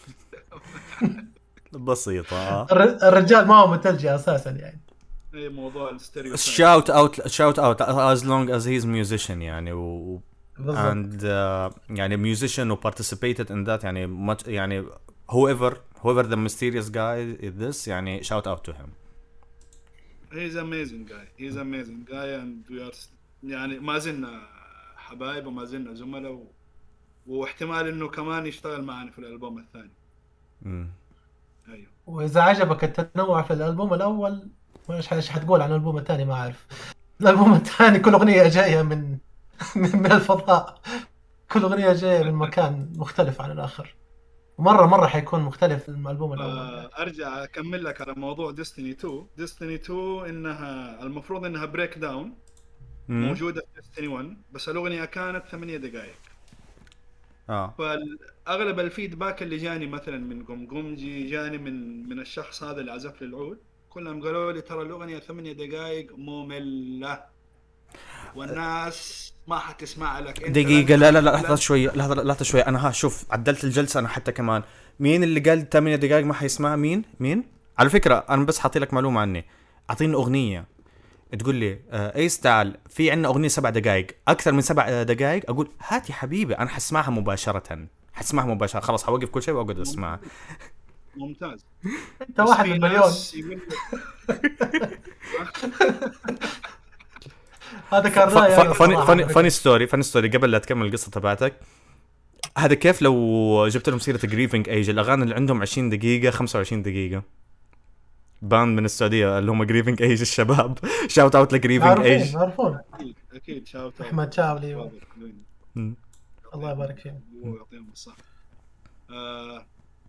بسيطه اه. الر- الرجال ما هو متلجي أساسا يعني. اي موضوع الستيريوتايب. shout out shout out as long as he's musician يعني و بالضبط. and uh, يعني musician و participated in that يعني much يعني whoever whoever the mysterious guy is this يعني shout out to him. he's amazing guy he's amazing guy and we are يعني ما زلنا حبايب وما زلنا زملاء و... واحتمال انه كمان يشتغل معنا في الالبوم الثاني. امم ايوه. وإذا عجبك التنوع في الألبوم الأول، ايش ايش حتقول عن الألبوم الثاني ما أعرف. الألبوم الثاني كل أغنية جاية من من الفضاء، كل أغنية جاية من مكان مختلف عن الآخر، ومرة مرة حيكون مختلف من الألبوم الأول يعني. فارجع اكمل لك على موضوع ديستني تو. ديستني تو انها المفروض انها بريك داون امم موجوده في ديستني واحد، بس الاغنيه كانت ثمانية دقائق. اه فاغلب الفيدباك اللي جاني مثلا من قمقمجي، جاني من من الشخص هذا اللي عزف لي العود، كلهم قالوا لي ترى الاغنيه ثمانية دقائق ممله والناس ما حتسمع لك، انت دقيقة، لا لا لا لحظة لازم شوية، لحظة لحظة شوية، أنا ها شوف عدلت الجلسة أنا حتى كمان. مين اللي قال ثمانية دقائق ما حيسمع؟ مين مين؟ على فكرة أنا بس حاطي لك معلومة عني، أعطيني أغنية تقول لي آه ايس تعال في عندنا أغنية سبع دقائق أكثر من سبع دقائق، أقول هات يا حبيبي أنا حسمعها مباشرة، حسمعها مباشرة، خلاص حوقف كل شيء وأقعد أسمعها. ممتاز. أنت بس واحد في من مليون. ناس يقول لك هذا كان رأيي أنا فاني صراحة فاني على فاني فكرة. ستوري فاني ستوري قبل لا تكمل القصة تبعتك. هذا كيف لو جبت لهم سيرة جريفنج ايج، الأغاني اللي عندهم عشرين دقيقة خمسة وعشرين دقيقة، باند من السعوديه اللي هم جريفنج ايج الشباب شاوت اوت لجريفنج معروفين ايج. معروفين. اكيد اكيد شاوت اوت أحمد شاولي و... فاضل حلوين. الله يبارك فيهم. ويعطيهم الصحة. آه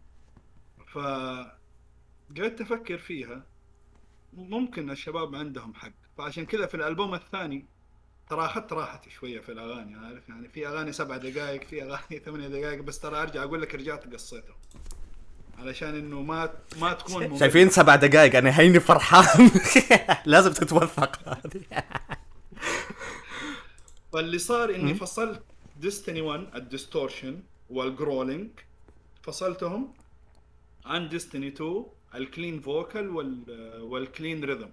فقعدت افكر فيها، ممكن الشباب عندهم حق، فعشان كذا في الالبوم الثاني ترى اخذت راحتي شويه في الاغاني، عارف يعني في اغاني سبع دقائق، في اغاني ثمانية دقائق، بس ترى ارجع اقول لك رجعت قصيته علشان انه ما ما تكون مملة. شايفين سبع دقائق انا هيني فرحان لازم تتوثق هذه. فاللي صار اني فصلت ديستني واحد الديستورشن والجرولينج، فصلتهم عن ديستني تو الكلين فوكال وال والكلين ريذم.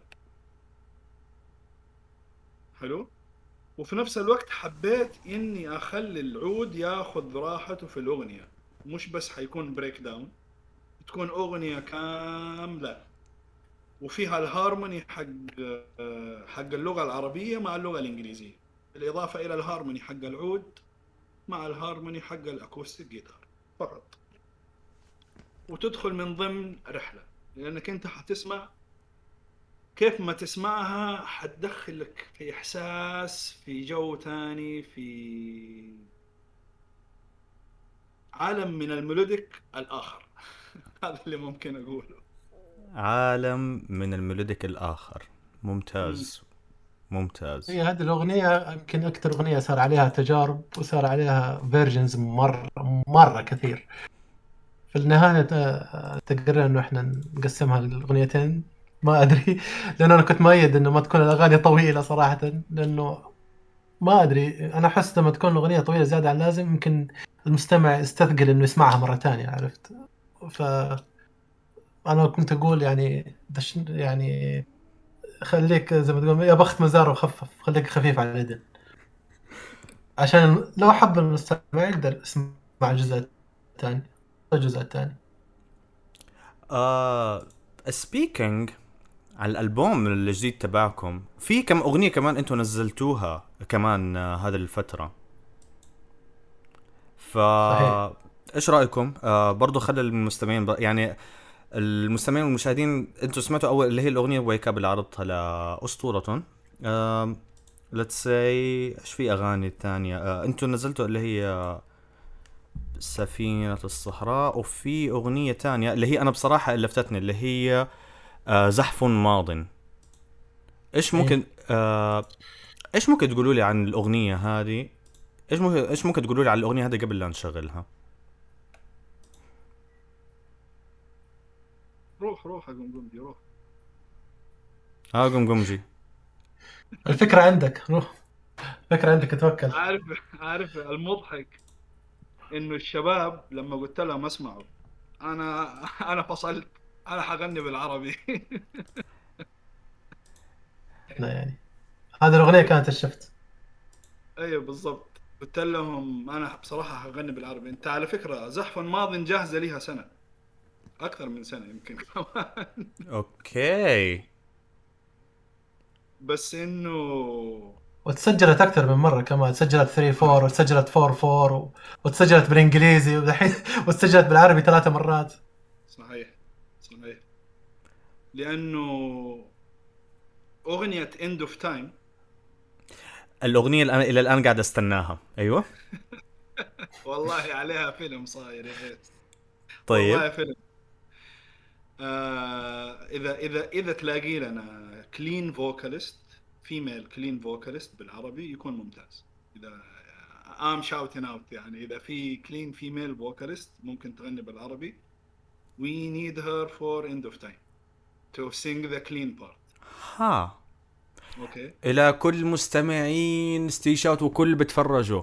حلو. وفي نفس الوقت حبيت اني اخلي العود ياخذ راحته في الاغنيه، مش بس حيكون بريك داون، تكون اغنيه كامله وفيها الهارموني حق حق اللغه العربيه مع اللغه الانجليزيه. بالإضافة إلى الهارموني حق العود مع الهارموني حق الأكوستيك جيتار فقط، وتدخل من ضمن رحلة، لأنك أنت حتسمع كيف ما تسمعها حتدخلك في إحساس، في جو تاني، في عالم من الميلوديك الآخر. هذا اللي ممكن أقوله. عالم من الميلوديك الآخر. ممتاز ممتاز. هي هذه الأغنية يمكن أكثر أغنية صار عليها تجارب وصار عليها فيرجنز مرة مرة كثير. في النهاية تقرر إنه إحنا نقسمها لأغنيتين، ما أدري، لأنه أنا كنت مؤيد إنه ما تكون الأغاني طويلة صراحة، لأنه ما أدري، أنا أحس لما تكون الأغنية طويلة زيادة عن اللازم يمكن المستمع يستثقل إنه يسمعها مرة تانية، عرفت؟ فأنا كنت أقول يعني دش يعني خليك زي ما تقول يا بخت مزار وخفف، خليك خفيف على اليدين، عشان لو حب المستمع يقدر يسمع الجزء الثاني الجزء الثاني. آه سبيكينج على الألبوم الجديد تبعكم، في كم أغنية كمان أنتوا نزلتوها كمان آه هذا الفترة، فا إيش رأيكم؟ آه برضو خلي المستمعين ب... يعني المستمعين والمشاهدين، أنتوا سمعتوا أول اللي هي الأغنية ويك اب اللي عرضتها لأسطورة. آه let's say إيش في أغاني تانية آه أنتوا نزلتوا اللي هي سفينة الصحراء، وفي أغنية تانية اللي هي أنا بصراحة اللي لفتتني اللي هي آه زحف ماضٍ. إيش ممكن آه إيش ممكن تقولوا لي عن الأغنية هذه؟ إيش ممكن إيش ممكن تقولوا لي عن الأغنية هذه قبل لا نشغلها؟ روح روح يا قمقمجي روح. ها قمقمجي الفكرة عندك، روح الفكرة عندك، اتوكل. عارف عارف المضحك إنه الشباب لما قلت لهم اسمعوا أنا أنا فصلت، أنا حغني بالعربي. يعني هذه الأغنية كانت الشفت. ايوه بالضبط، قلت لهم انا بصراحه هغني بالعربي. انت على فكره زحف ماضٍ جاهزه ليها سنه، اكثر من سنه يمكن كمان. أوكي. بس انه وتسجلت أكثر من مرة كمان، تسجلت ثلاثة فور وتسجلت أربعة فور وتسجلت بالإنجليزي والحين وتسجلت بالعربي ثلاثة مرات. صحيح صحيح، لانه اغنيه End of Time الأغنية الآن إلى الآن قاعد أستناها. أيوة والله عليها فيلم صاير يا اخي. طيب والله فيلم. آه اذا اذا اذا تلاقي لنا كلين فوكاليست، فيميل كلين فوكاليست بالعربي يكون ممتاز. اذا I'm shouting out يعني إذا في clean female vocalist ممكن تغني بالعربي. We need her for End of Time to sing the clean part. ها أوكي. إلى كل مستمعين ستيشاوت وكل بتفرجوا،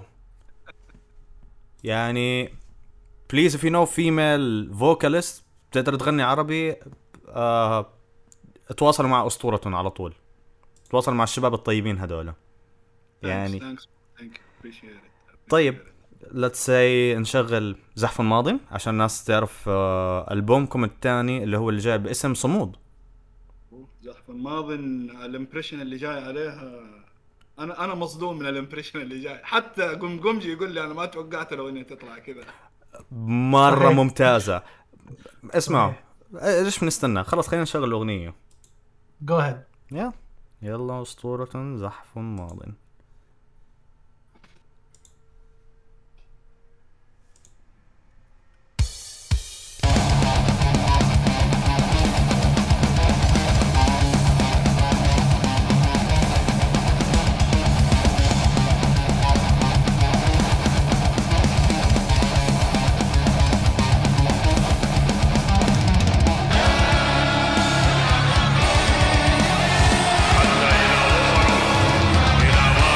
يعني please if you know female vocalist تقدر تغني عربي، آه تواصلوا مع أسطورة على طول، تواصلوا مع الشباب الطيبين هذولا يعني. thanks, thanks, thank you, appreciate it. طيب let's say نشغل زحف ماضٍ عشان الناس تعرف آه ألبومكم الثاني اللي هو اللي جاي باسم صمود. زحف ماضٍ الامبريشن اللي جاي عليها، انا انا مصدوم من الامبريشن اللي جاي، حتى قمقمجي يقول لي انا ما توقعت لو انها تطلع كذا. مرة صحيح. ممتازة. اسمعوا ايش بنستنى، خلاص خلينا نشغل الأغنية. Go ahead. يلا يلا أسطورة زحف ماضٍ. إذا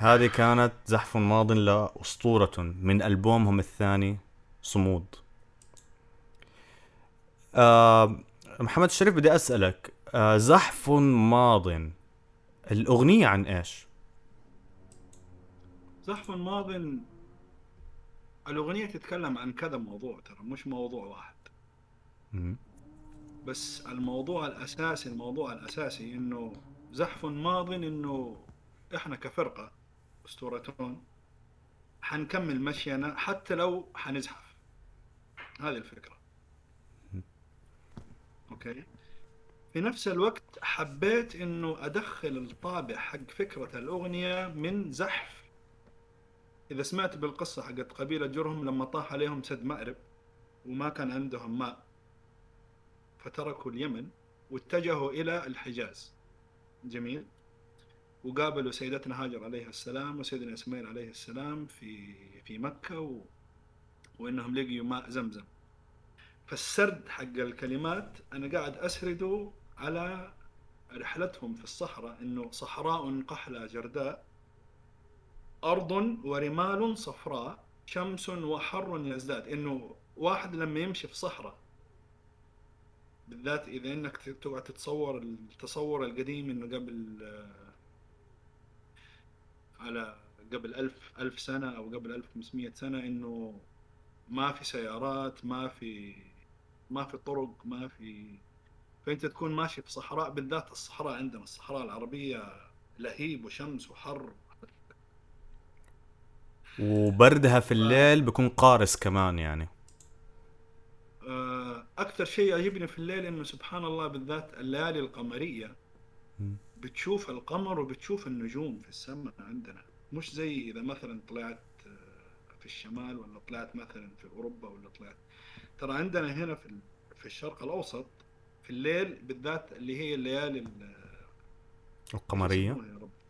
هذه كانت زحف ماض لأسطورة من ألبومهم الثاني صمود. آه محمد الشريف بدي أسألك، آه زحف ماض الأغنية عن إيش؟ زحف ماض الأغنية تتكلم عن كذا موضوع، ترى مش موضوع واحد. م- بس الموضوع الأساسي الموضوع الأساسي إنه زحف ماض إنه إحنا كفرقة أسطورتون حنكمل مشينا حتى لو حنزحف. هذه الفكرة. أوكي. في نفس الوقت حبيت إنه أدخل الطابع حق فكرة الأغنية من زحف. إذا سمعت بالقصة حقت قبيلة جرهم لما طاح عليهم سد مأرب وما كان عندهم ماء، فتركوا اليمن واتجهوا إلى الحجاز. جميل. وقابلوا سيدتنا هاجر عليها السلام وسيدنا إسماعيل عليه السلام في في مكة و... وإنهم لقيوا ماء زمزم. فالسرد حق الكلمات أنا قاعد أسرده على رحلتهم في الصحراء، إنه صحراء قحلة جرداء، أرض ورمال صفراء، شمس وحر يزداد. إنه واحد لما يمشي في صحراء، بالذات إذا إنك تقعد تتصور التصور القديم إنه قبل على قبل ألف ألف سنة أو قبل ألف وخمسمية سنة، إنه ما في سيارات، ما في ما في طرق، ما في، فأنت تكون ماشي في صحراء. بالذات الصحراء عندنا الصحراء العربية لهيب وشمس وحر، وبردها في الليل بيكون قارس كمان يعني. أكثر شيء يعجبني في الليل إنه سبحان الله بالذات الليالي القمرية بتشوف القمر وبتشوف النجوم في السماء عندنا، مش زي إذا مثلا طلعت في الشمال ولا طلعت مثلا في أوروبا ولا طلعت. ترى عندنا هنا في في الشرق الأوسط في الليل بالذات اللي هي الليالي القمرية يا رب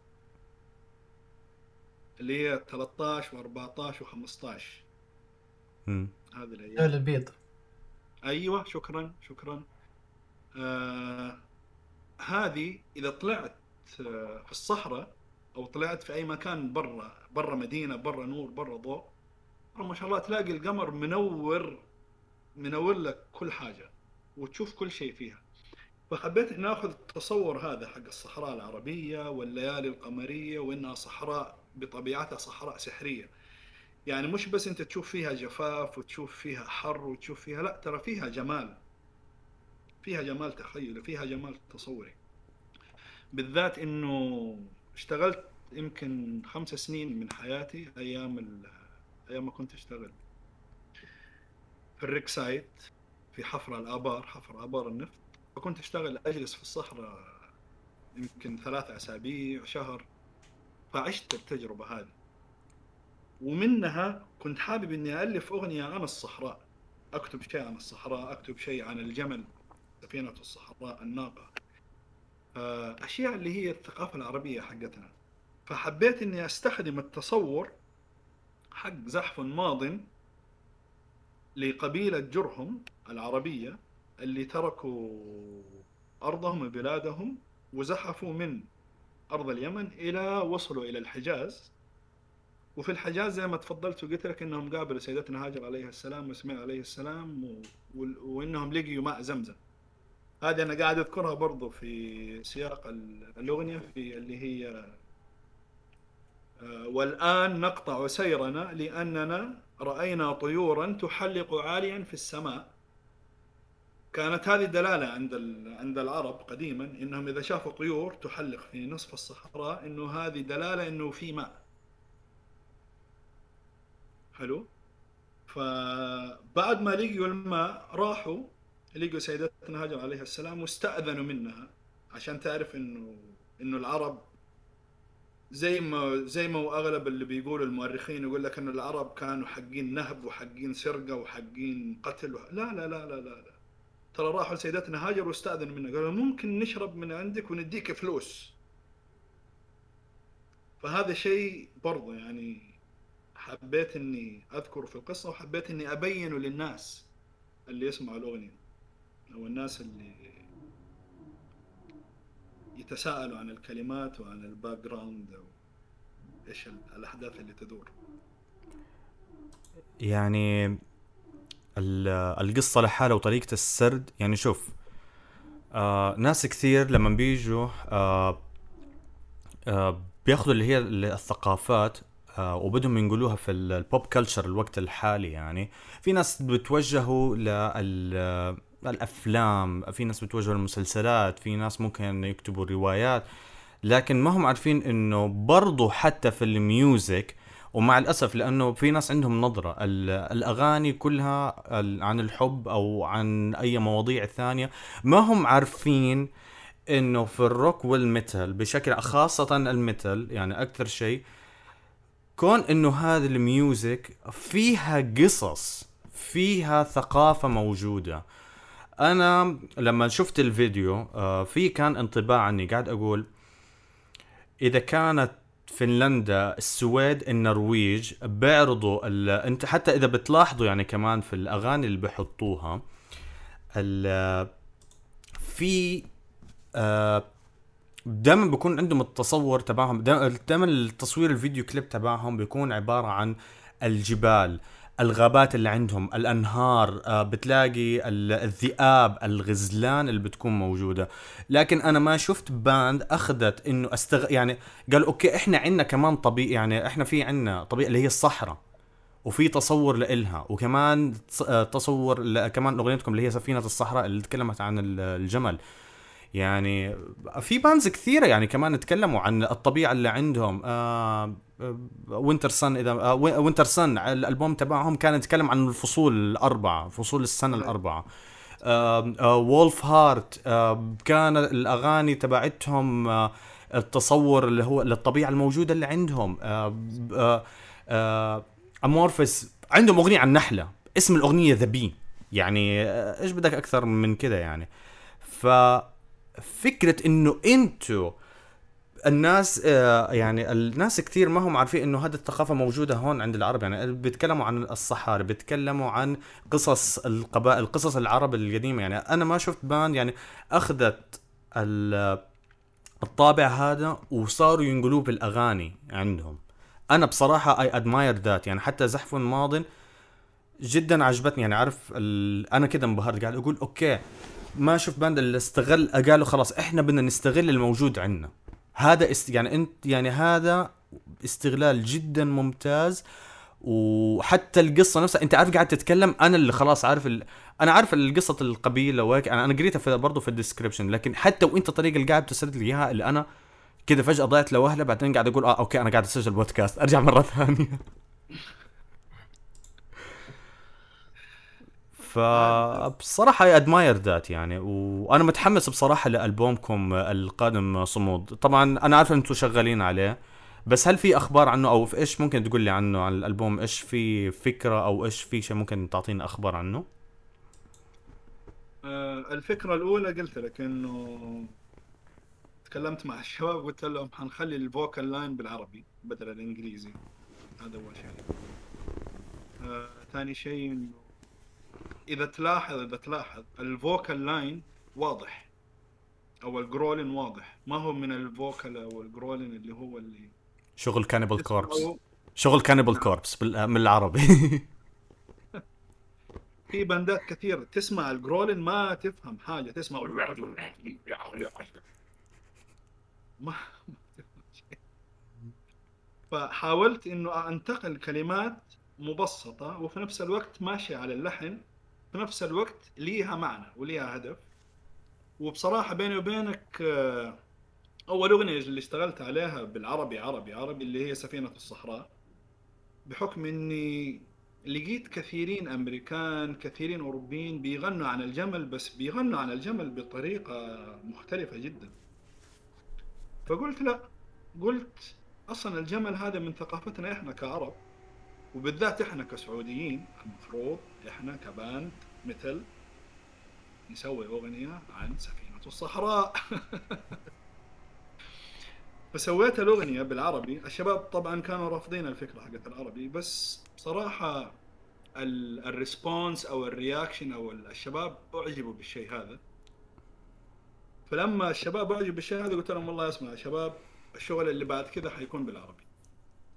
اللي هي ثلاثة عشر وأربعة عشر وخمسة عشر، م- هذه الأيام. ليل البيض. أيوة شكرا شكرا. آه هذه إذا طلعت آه في الصحراء أو طلعت في أي مكان برا برا مدينة، برا نور، برا ضوء، ما شاء الله تلاقي القمر منور منور لك كل حاجة وتشوف كل شيء فيها. فحبيت أن أخذ التصور هذا حق الصحراء العربية والليالي القمرية، وإنها صحراء بطبيعتها صحراء سحرية. يعني مش بس أنت تشوف فيها جفاف وتشوف فيها حر وتشوف فيها، لا ترى فيها جمال، فيها جمال تخيلي، فيها جمال تصوري. بالذات إنه اشتغلت يمكن خمس سنين من حياتي أيام ال... أيام ما كنت أشتغل في الريك سايت في حفر الآبار، حفر آبار النفط. فكنت أشتغل أجلس في الصحراء يمكن ثلاثة أسابيع شهر. فعشت التجربة هذه، ومنها كنت حابب إني ألف أغنية عن الصحراء، أكتب شيء عن الصحراء، أكتب شيء عن الجمل، سفينة الصحراء، الناقة، أشياء اللي هي الثقافة العربية حقتنا. فحبيت إني أستخدم التصور حق زحف ماض لقبيلة جرهم العربية اللي تركوا أرضهم وبلادهم وزحفوا من أرض اليمن إلى وصلوا إلى الحجاز. وفي الحجاز زي ما تفضلت وقلت لك إنهم قابلوا سيدتنا هاجر عليه السلام وإسماعيل عليه السلام و... و... وإنهم لقيوا ماء زمزم. هذه أنا قاعد أذكرها برضو في سياق الأغنية في اللي هي والآن نقطع سيرنا لأننا رأينا طيورا تحلق عاليا في السماء. كانت هذه دلالة عند عند العرب قديما إنهم إذا شافوا طيور تحلق في نصف الصحراء إنه هذه دلالة إنه في ماء. حلو. فبعد ما لقيوا الماء راحوا لقوا سيدتنا هاجر عليه السلام واستأذنوا منها، عشان تعرف إنه إنه العرب زي ما زي ما أغلب اللي بيقولوا المؤرخين يقول لك إنه العرب كانوا حقين نهب وحقين سرقة وحقين قتل و... لا لا لا لا لا لا ترى راحوا لسيدتنا هاجر واستأذنوا منها، قالوا ممكن نشرب من عندك ونديك فلوس. فهذا شيء برضه يعني حبيت إني أذكره في القصة، وحبيت إني أبينه للناس اللي يسمعوا الأغنية أو الناس اللي يتساءلوا عن الكلمات وعن الباك جراوند أو ايش ال- الاحداث اللي تدور. يعني ال- القصة لحالها وطريقة السرد، يعني شوف، آه ناس كثير لما بيجوا آه آه بياخذوا اللي هي الثقافات آه وبدهم ينقلوها في البوب كلتشر الوقت الحالي. يعني في ناس بتوجهوا للأفلام، في ناس بتوجهوا للمسلسلات، في ناس ممكن يكتبوا روايات، لكن ما هم عارفين انه برضو حتى في الميوزك، ومع الأسف لأنه في ناس عندهم نظرة ال- الأغاني كلها ال- عن الحب أو عن أي مواضيع ثانية، ما هم عارفين انه في الروك والميتال بشكل خاصة الميتال يعني اكثر شيء، كون انه هذا الميوزك فيها قصص، فيها ثقافة موجودة. انا لما شفت الفيديو آه، في كان انطباع عني قاعد اقول اذا كانت فنلندا، السويد، النرويج بيعرضوا ال... انت حتى اذا بتلاحظوا يعني كمان في الاغاني اللي بحطوها ال... في آه، دائما بيكون عندهم التصور تبعهم، دائما التصوير الفيديو كليب تبعهم بيكون عبارة عن الجبال، الغابات اللي عندهم، الأنهار، آه، بتلاقي ال- الذئاب، الغزلان اللي بتكون موجودة. لكن أنا ما شفت باند أخذت إنه أستغ يعني قال أوكي إحنا عنا كمان طبيعي، يعني إحنا في عنا طبيعي اللي هي الصحراء، وفي تصور لإلها، وكمان تص- آه، تصور ل- كمان أغنيتكم اللي هي سفينة الصحراء اللي تكلمت عن ال- الجمل. يعني في بانز كثيرة يعني كمان تكلموا عن الطبيعة اللي عندهم. آه وينتر سن، إذا آه وينتر سن الألبوم تبعهم كان يتكلم عن الفصول الأربعة، فصول السنة الأربعة. آه آه وولف هارت آه كان الأغاني تبعتهم آه التصور اللي هو للطبيعة الموجودة اللي عندهم. آه آه آه أمورفس عندهم أغنية عن نحلة، اسم الأغنية ذا بي. يعني آه إيش بدك أكثر من كده يعني. ف فكرة انه انتو الناس آه يعني الناس كثير ما هم عارفين انه هذه الثقافة موجودة هون عند العرب. يعني بيتكلموا عن الصحاري، بيتكلموا عن قصص القبائل، قصص العرب القديمة. يعني انا ما شفت باند يعني اخذت ال- الطابع هذا وصاروا ينقلوه بالاغاني عندهم. انا بصراحة اي ادماير ذات. يعني حتى زحف ماضٍ جدا عجبتني. يعني عارف ال... انا كده انبهرت، قاعد اقول اوكي ما شوف باند اللي استغل، قالوا خلاص احنا بدنا نستغل الموجود عندنا. هذا است... يعني انت يعني هذا استغلال جدا ممتاز. وحتى القصه نفسها انت عارف قاعد تتكلم، انا اللي خلاص عارف ال... انا عارف القصه القبيله وهيك، انا انا قريتها في برضه في الديسكربشن، لكن حتى وانت الطريقه اللي قاعد تسرد لي اياها اللي انا كده فجاه ضيعت لوهله، بعدين قاعد اقول اه اوكي انا قاعد اسجل بودكاست ارجع مره ثانيه. عادي. فبصراحة I admire that يعني. وأنا متحمس بصراحة لألبومكم القادم صمود. طبعا أنا عارف أنتم شغالين عليه، بس هل في أخبار عنه أو في إيش ممكن تقول لي عنه، عن الألبوم؟ إيش في فكرة أو إيش في شيء ممكن تعطينا أخبار عنه؟ آه، الفكرة الأولى قلت لك إنه تكلمت مع الشباب قلت لهم حنخلي الفوكال لاين بالعربي بدل الإنجليزي. هذا أول شيء. آه، ثاني شيء إنه إذا تلاحظ إذا تلاحظ الفوكال لاين واضح، أو الجرولين واضح، ما هو من الفوكال أو الجرولين اللي هو اللي شغل كانيبال كوربس، تسمعه. شغل كانيبال نعم. كوربس من العربي. في بندات كثير تسمع الجرولين ما تفهم حاجة، تسمع ما فحاولت انه انتقل كلمات مبسطة وفي نفس الوقت ماشية على اللحن، في نفس الوقت ليها معنى وليها هدف. وبصراحة بيني وبينك آه، أول أغنية اللي اشتغلت عليها بالعربي عربي عربي اللي هي سفينة الصحراء، بحكم إني لقيت كثيرين أمريكان كثيرين أوروبيين بيغنوا عن الجمل، بس بيغنوا عن الجمل بطريقة مختلفة جدا. فقلت لا، قلت أصلا الجمل هذا من ثقافتنا إحنا كعرب، وبالذات إحنا كسعوديين المفروض إحنا كباند مثل نسوي أغنية عن سفينة الصحراء. فسويت الأغنية بالعربي. الشباب طبعا كانوا رافضين الفكرة حقت العربي، بس بصراحة الريسبونس أو الرياكشن أو الشباب أعجبوا بالشيء هذا. فلما الشباب أعجبوا بالشيء هذا قلت لهم والله اسمع يا شباب، الشغل اللي بعد كذا حيكون بالعربي.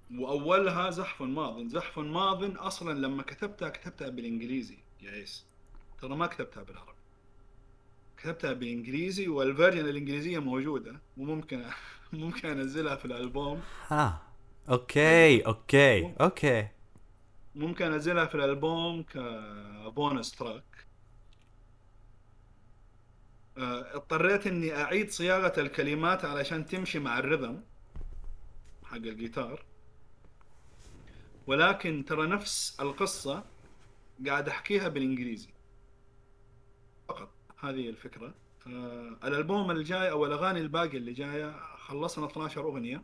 واولها زحف ماض. زحف ماض اصلا لما كتبتها كتبتها بالانجليزي يا ايس، ترى ما كتبتها بالعربي، كتبتها بالانجليزي، والفيرجن الانجليزيه موجوده وممكن ممكن انزلها في الالبوم. ها اوكي اوكي مم- اوكي. ممكن انزلها في الالبوم كبونس تراك. آه، اضطريت اني اعيد صياغه الكلمات علشان تمشي مع الرhythm حق الجيتار، ولكن ترى نفس القصه قاعد احكيها بالانجليزي فقط. هذه الفكره. آه، الالبوم الجاي او الاغاني الباقي اللي جايه خلصنا اثنا عشر اغنيه.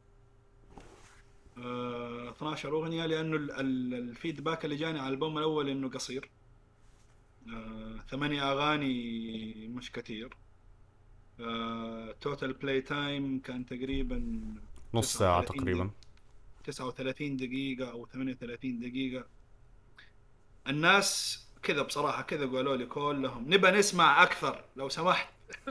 آه، اثنا عشر اغنيه لانه ال- ال- الفيدباك اللي جاني على الالبوم الاول انه قصير. آه، ثمانية اغاني مش كثير. توتال بلاي تايم كان تقريبا نص ساعة تسعة وثلاثين دقيقة، تقريبا. تسعة وثلاثين دقيقة أو ثمانية وثلاثين دقيقة. الناس كذا بصراحة كذا قالوا لي كلهم نبى نسمع أكثر لو سمحت.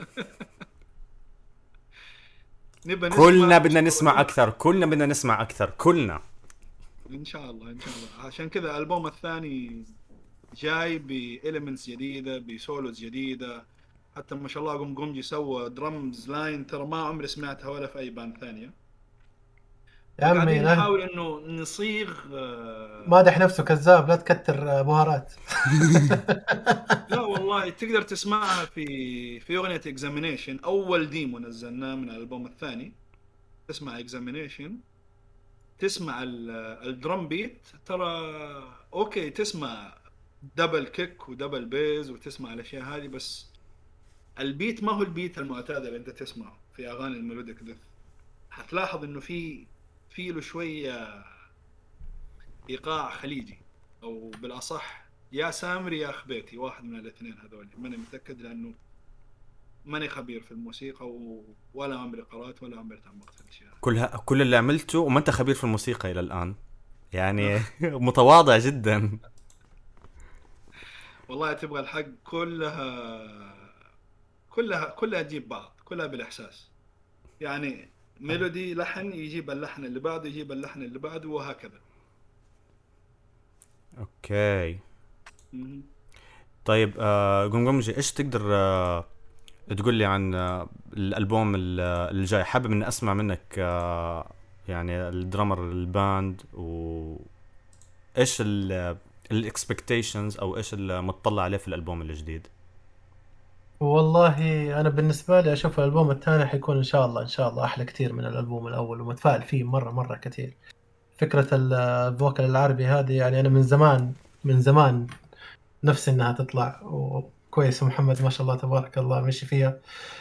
نبى كلنا نسمع بدنا نسمع مستويات. اكثر، كلنا بدنا نسمع اكثر، كلنا. إن شاء الله إن شاء الله. عشان كذا الألبوم الثاني جاي بإليمنتس جديدة، بسولوز جديدة. حتى ما شاء الله قمقمجي سوى درمز لاين ترى ما عمري سمعتها ولا في أي باند ثانية. يا عمي فقاعدين لا، نحاول إنه نصيغ آه، مادح نفسه كذاب، لا تكتر بهارات. لا والله تقدر تسمعها في في أغنية اكزامينيشن، أول ديمو نزلناه من الألبوم الثاني. تسمع اكزامينيشن، تسمع ال- الدرم بيت ترى أوكي، تسمع دبل كيك ودبل بيز وتسمع الأشياء هذه، بس البيت ما هو البيت المعتاد اللي أنت تسمعه في أغاني الميلوديك ديث. هتلاحظ إنه في في له شوية إيقاع خليجي، أو بالأصح يا سامري يا خبيتي، واحد من الاثنين هذول، ماني متأكد لأنه ماني خبير في الموسيقى و... ولا عمري قرأت ولا عمري تعمقت في الأشياء. كل ه... كل اللي عملته وما انت خبير في الموسيقى الى الان يعني. متواضع جدا. والله تبغى الحق كلها كلها كلها تجيب بعض، كلها بالإحساس. يعني ميلودي لحن يجيب اللحن اللي بعده، يجيب اللحن اللي بعده، وهكذا. اوكي مهم. طيب، آه قمقمجي ايش تقدر آه تقول لي عن آه الالبوم ال- الجاي؟ حابب اني اسمع منك آه يعني الدرامر الباند، و ايش الاكسبكتيشنز او ايش المتطلع عليه في الالبوم الجديد؟ والله انا بالنسبه لي اشوف الالبوم الثاني حيكون ان شاء الله ان شاء الله احلى كثير من الالبوم الاول، ومتفائل فيه مره مره كثير. فكره الفوكال العربي هذه يعني انا من زمان من زمان نفسي انها تطلع وكويس، ومحمد ما شاء الله تبارك الله مشي فيها،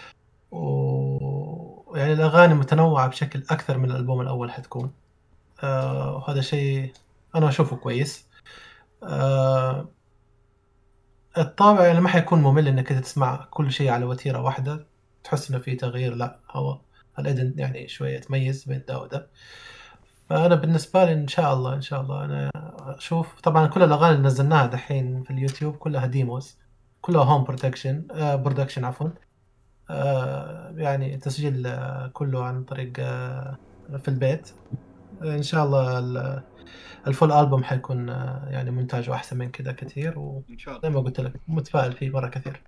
ويعني الاغاني متنوعه بشكل اكثر من الالبوم الاول حتكون. آه وهذا شيء انا اشوفه كويس. آه الطابع يعني ما حيكون ممل انك تسمع كل شيء على وتيره واحده تحس انه في تغيير، لا هو الادن يعني شويه تميز بين ده وده. فانا بالنسبه لي ان شاء الله ان شاء الله انا اشوف طبعا كل الاغاني اللي نزلناها دحين في اليوتيوب كلها ديموز، كلها هوم برودكشن آه برودكشن عفوا. آه يعني تسجيل آه كله عن طريق آه في البيت. آه ان شاء الله ال- الفول البوم حيكون آه يعني منتاجه احسن من كده كثير، وزي إن شاء ما الله. قلت لك متفائل فيه مره كثير.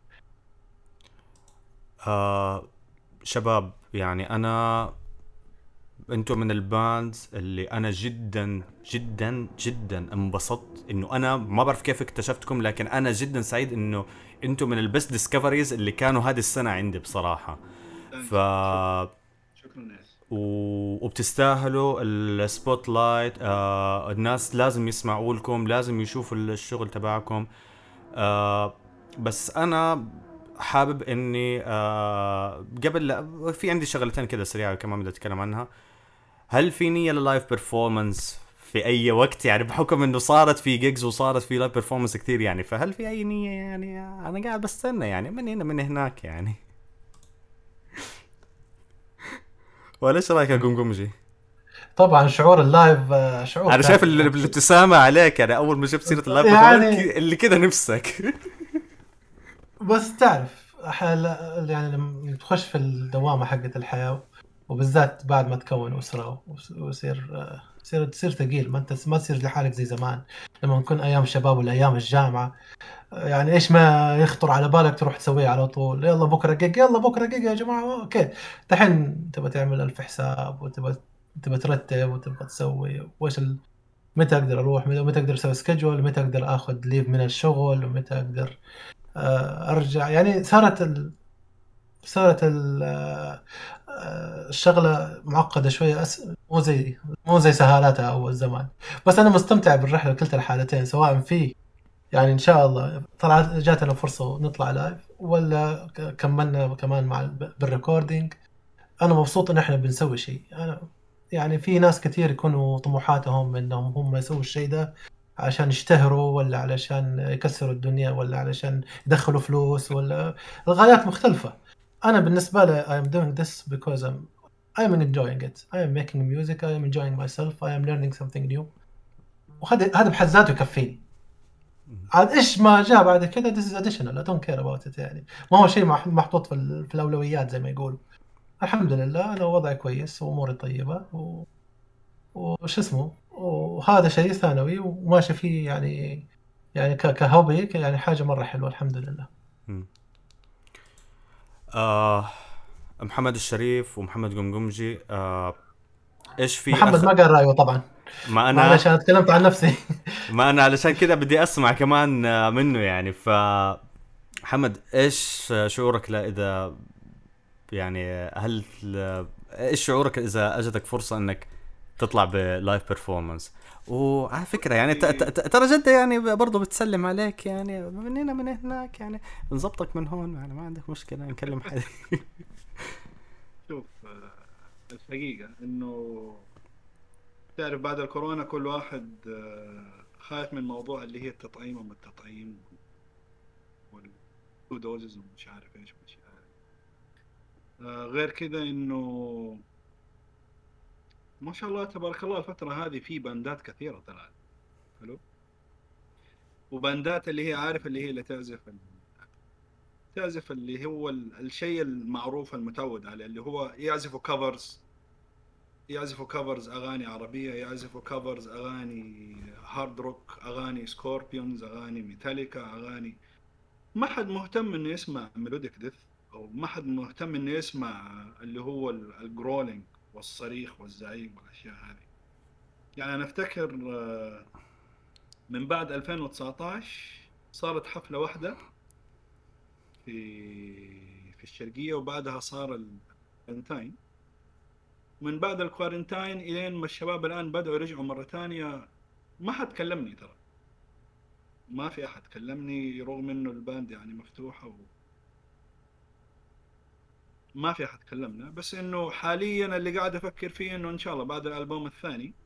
آه شباب، يعني انا انتم من الباندز اللي انا جدا جدا جدا انبسطت انه انا ما بعرف كيف اكتشفتكم، لكن انا جدا سعيد انه انتم من البست ديسكفريز اللي كانوا هذه السنة عندي بصراحة. ف ثانك يو. شكرا شكرا ناس. و... وبتستاهلوا السبوت لايت. آه الناس لازم يسمعوا لكم، لازم يشوفوا الشغل تبعكم. آه بس انا حابب اني آه قبل لا- في عندي شغلتين كده سريعة كمان بدي اتكلم عنها. هل في نية للايف بيرفورمانس في اي وقت؟ يعني بحكم انه صارت في جيجز وصارت في لايف بيرفورمانس كتير يعني، فهل في اي نية؟ يعني انا قاعد بستنى يعني من هنا من هناك يعني. ولا ايش رايك يا قمقمجي؟ طبعا شعور اللايف آه، شعور انا شايف ثاني ال- يعني. الابتسامة عليك يعني اول ما جبت سيرة اللايف بيرفورمانس يعني اللي كده نفسك. بس تعرف حال يعني لما تخش في الدوامة حقت الحياة، وبالذات بعد ما تكون أسرة وس- ويصير آه، تصير تصير ثقيل، ما انت ما تصير لحالك زي زمان لما نكون ايام الشباب ولا ايام الجامعه. يعني ايش ما يخطر على بالك تروح تسويه على طول، يلا بكره جيج، يلا بكره جيج يا جماعه، اوكي. دحين تبغى تعمل الف حساب، وتبغى تبغى ترتب، وتبغى تسوي وش ال... متى اقدر اروح، متى اقدر اسوي سكجول، متى اقدر اخذ ليف من الشغل، ومتى اقدر آه، ارجع. يعني صارت ال... صارت ال... آه، آه، الشغله معقده شويه، أس... مو زي مو زي سهالاتها اول زمان. بس انا مستمتع بالرحله بكلتا الحالتين، سواء في يعني ان شاء الله طلعت جاتنا فرصه ونطلع لايف، ولا ك- كملنا كمان مع ال- بالريكوردينج. انا مبسوط ان احنا بنسوي شيء. انا يعني في ناس كثير يكونوا طموحاتهم انهم هم يسووا الشيء ده عشان يشتهروا، ولا علشان يكسروا الدنيا، ولا علشان يدخلوا فلوس، ولا الغايات مختلفة. أنا بالنسبة لي I am doing this because I'm I am enjoying it. I am making music. I am enjoying myself. I am learning something new. وهذا هذا بحد ذاته يكفيني. عاد إيش ما جاء بعد كده this is additional. I don't care about it. يعني ما هو شيء مح- محطوط في, ال- في الأولويات زي ما يقولوا. الحمد لله أنا وضعي كويس وأموري طيبة و... وش اسمه، وهذا شيء ثانوي وماشي فيه يعني. يعني ك- كهوبي يعني حاجة مرة حلوة الحمد لله. مم. آه محمد الشريف ومحمد قمقمجي، آه ايش في محمد أخ... ما قال رأيه طبعا، ما معلش انا أنا تكلمت عن نفسي. ما انا علشان كده بدي اسمع كمان آه، منه يعني. ف محمد، ايش شعورك لا اذا يعني هل ايش شعورك اذا اجتك فرصة انك تطلع بلايف بيرفورمانس؟ وعلى فكرة يعني ت- ت- ت- ترى جدة يعني برضو بتسلم عليك يعني، من هنا من هناك يعني نزبطك من هون يعني، ما عندك مشكلة نكلم حد. شوف، آه، الحقيقة إنه تعرف بعد الكورونا كل واحد آه، خايف من موضوع اللي هي التطعيم وما التطعيم والتو دوزز ومش عارف إيش ومش عارف. آه، غير كذا إنه ما شاء الله تبارك الله الفترة هذه في باندات كثيرة طلعت حلو، وباندات اللي هي عارف اللي هي اللي تعزف تعزف اللي هو ال- الشيء المعروف المتعود عليه، اللي هو يعزفوا كفرز، يعزفوا كفرز أغاني عربية، يعزفوا كفرز أغاني هارد روك، أغاني سكوربيونز، أغاني ميتاليكا، أغاني ما حد مهتم إنه يسمع ميلوديك ديث، أو ما حد مهتم إنه يسمع اللي هو ال- الجرولينج والصريخ والزعيق والأشياء هذه. يعني أنا أفتكر آه، من بعد ألفين وتسعطعش صارت حفلة واحدة في في الشرقية، وبعدها صار الكوارنتاين. من بعد الكوارنتاين إلين ما الشباب الآن بدأوا يرجعوا مرة ثانية، ما حد كلمني ترى، ما في أحد كلمني رغم إنه الباند يعني مفتوحة و... ما في أحد كلمنا. بس إنه حاليا اللي قاعد أفكر فيه إنه إن شاء الله بعد الألبوم الثاني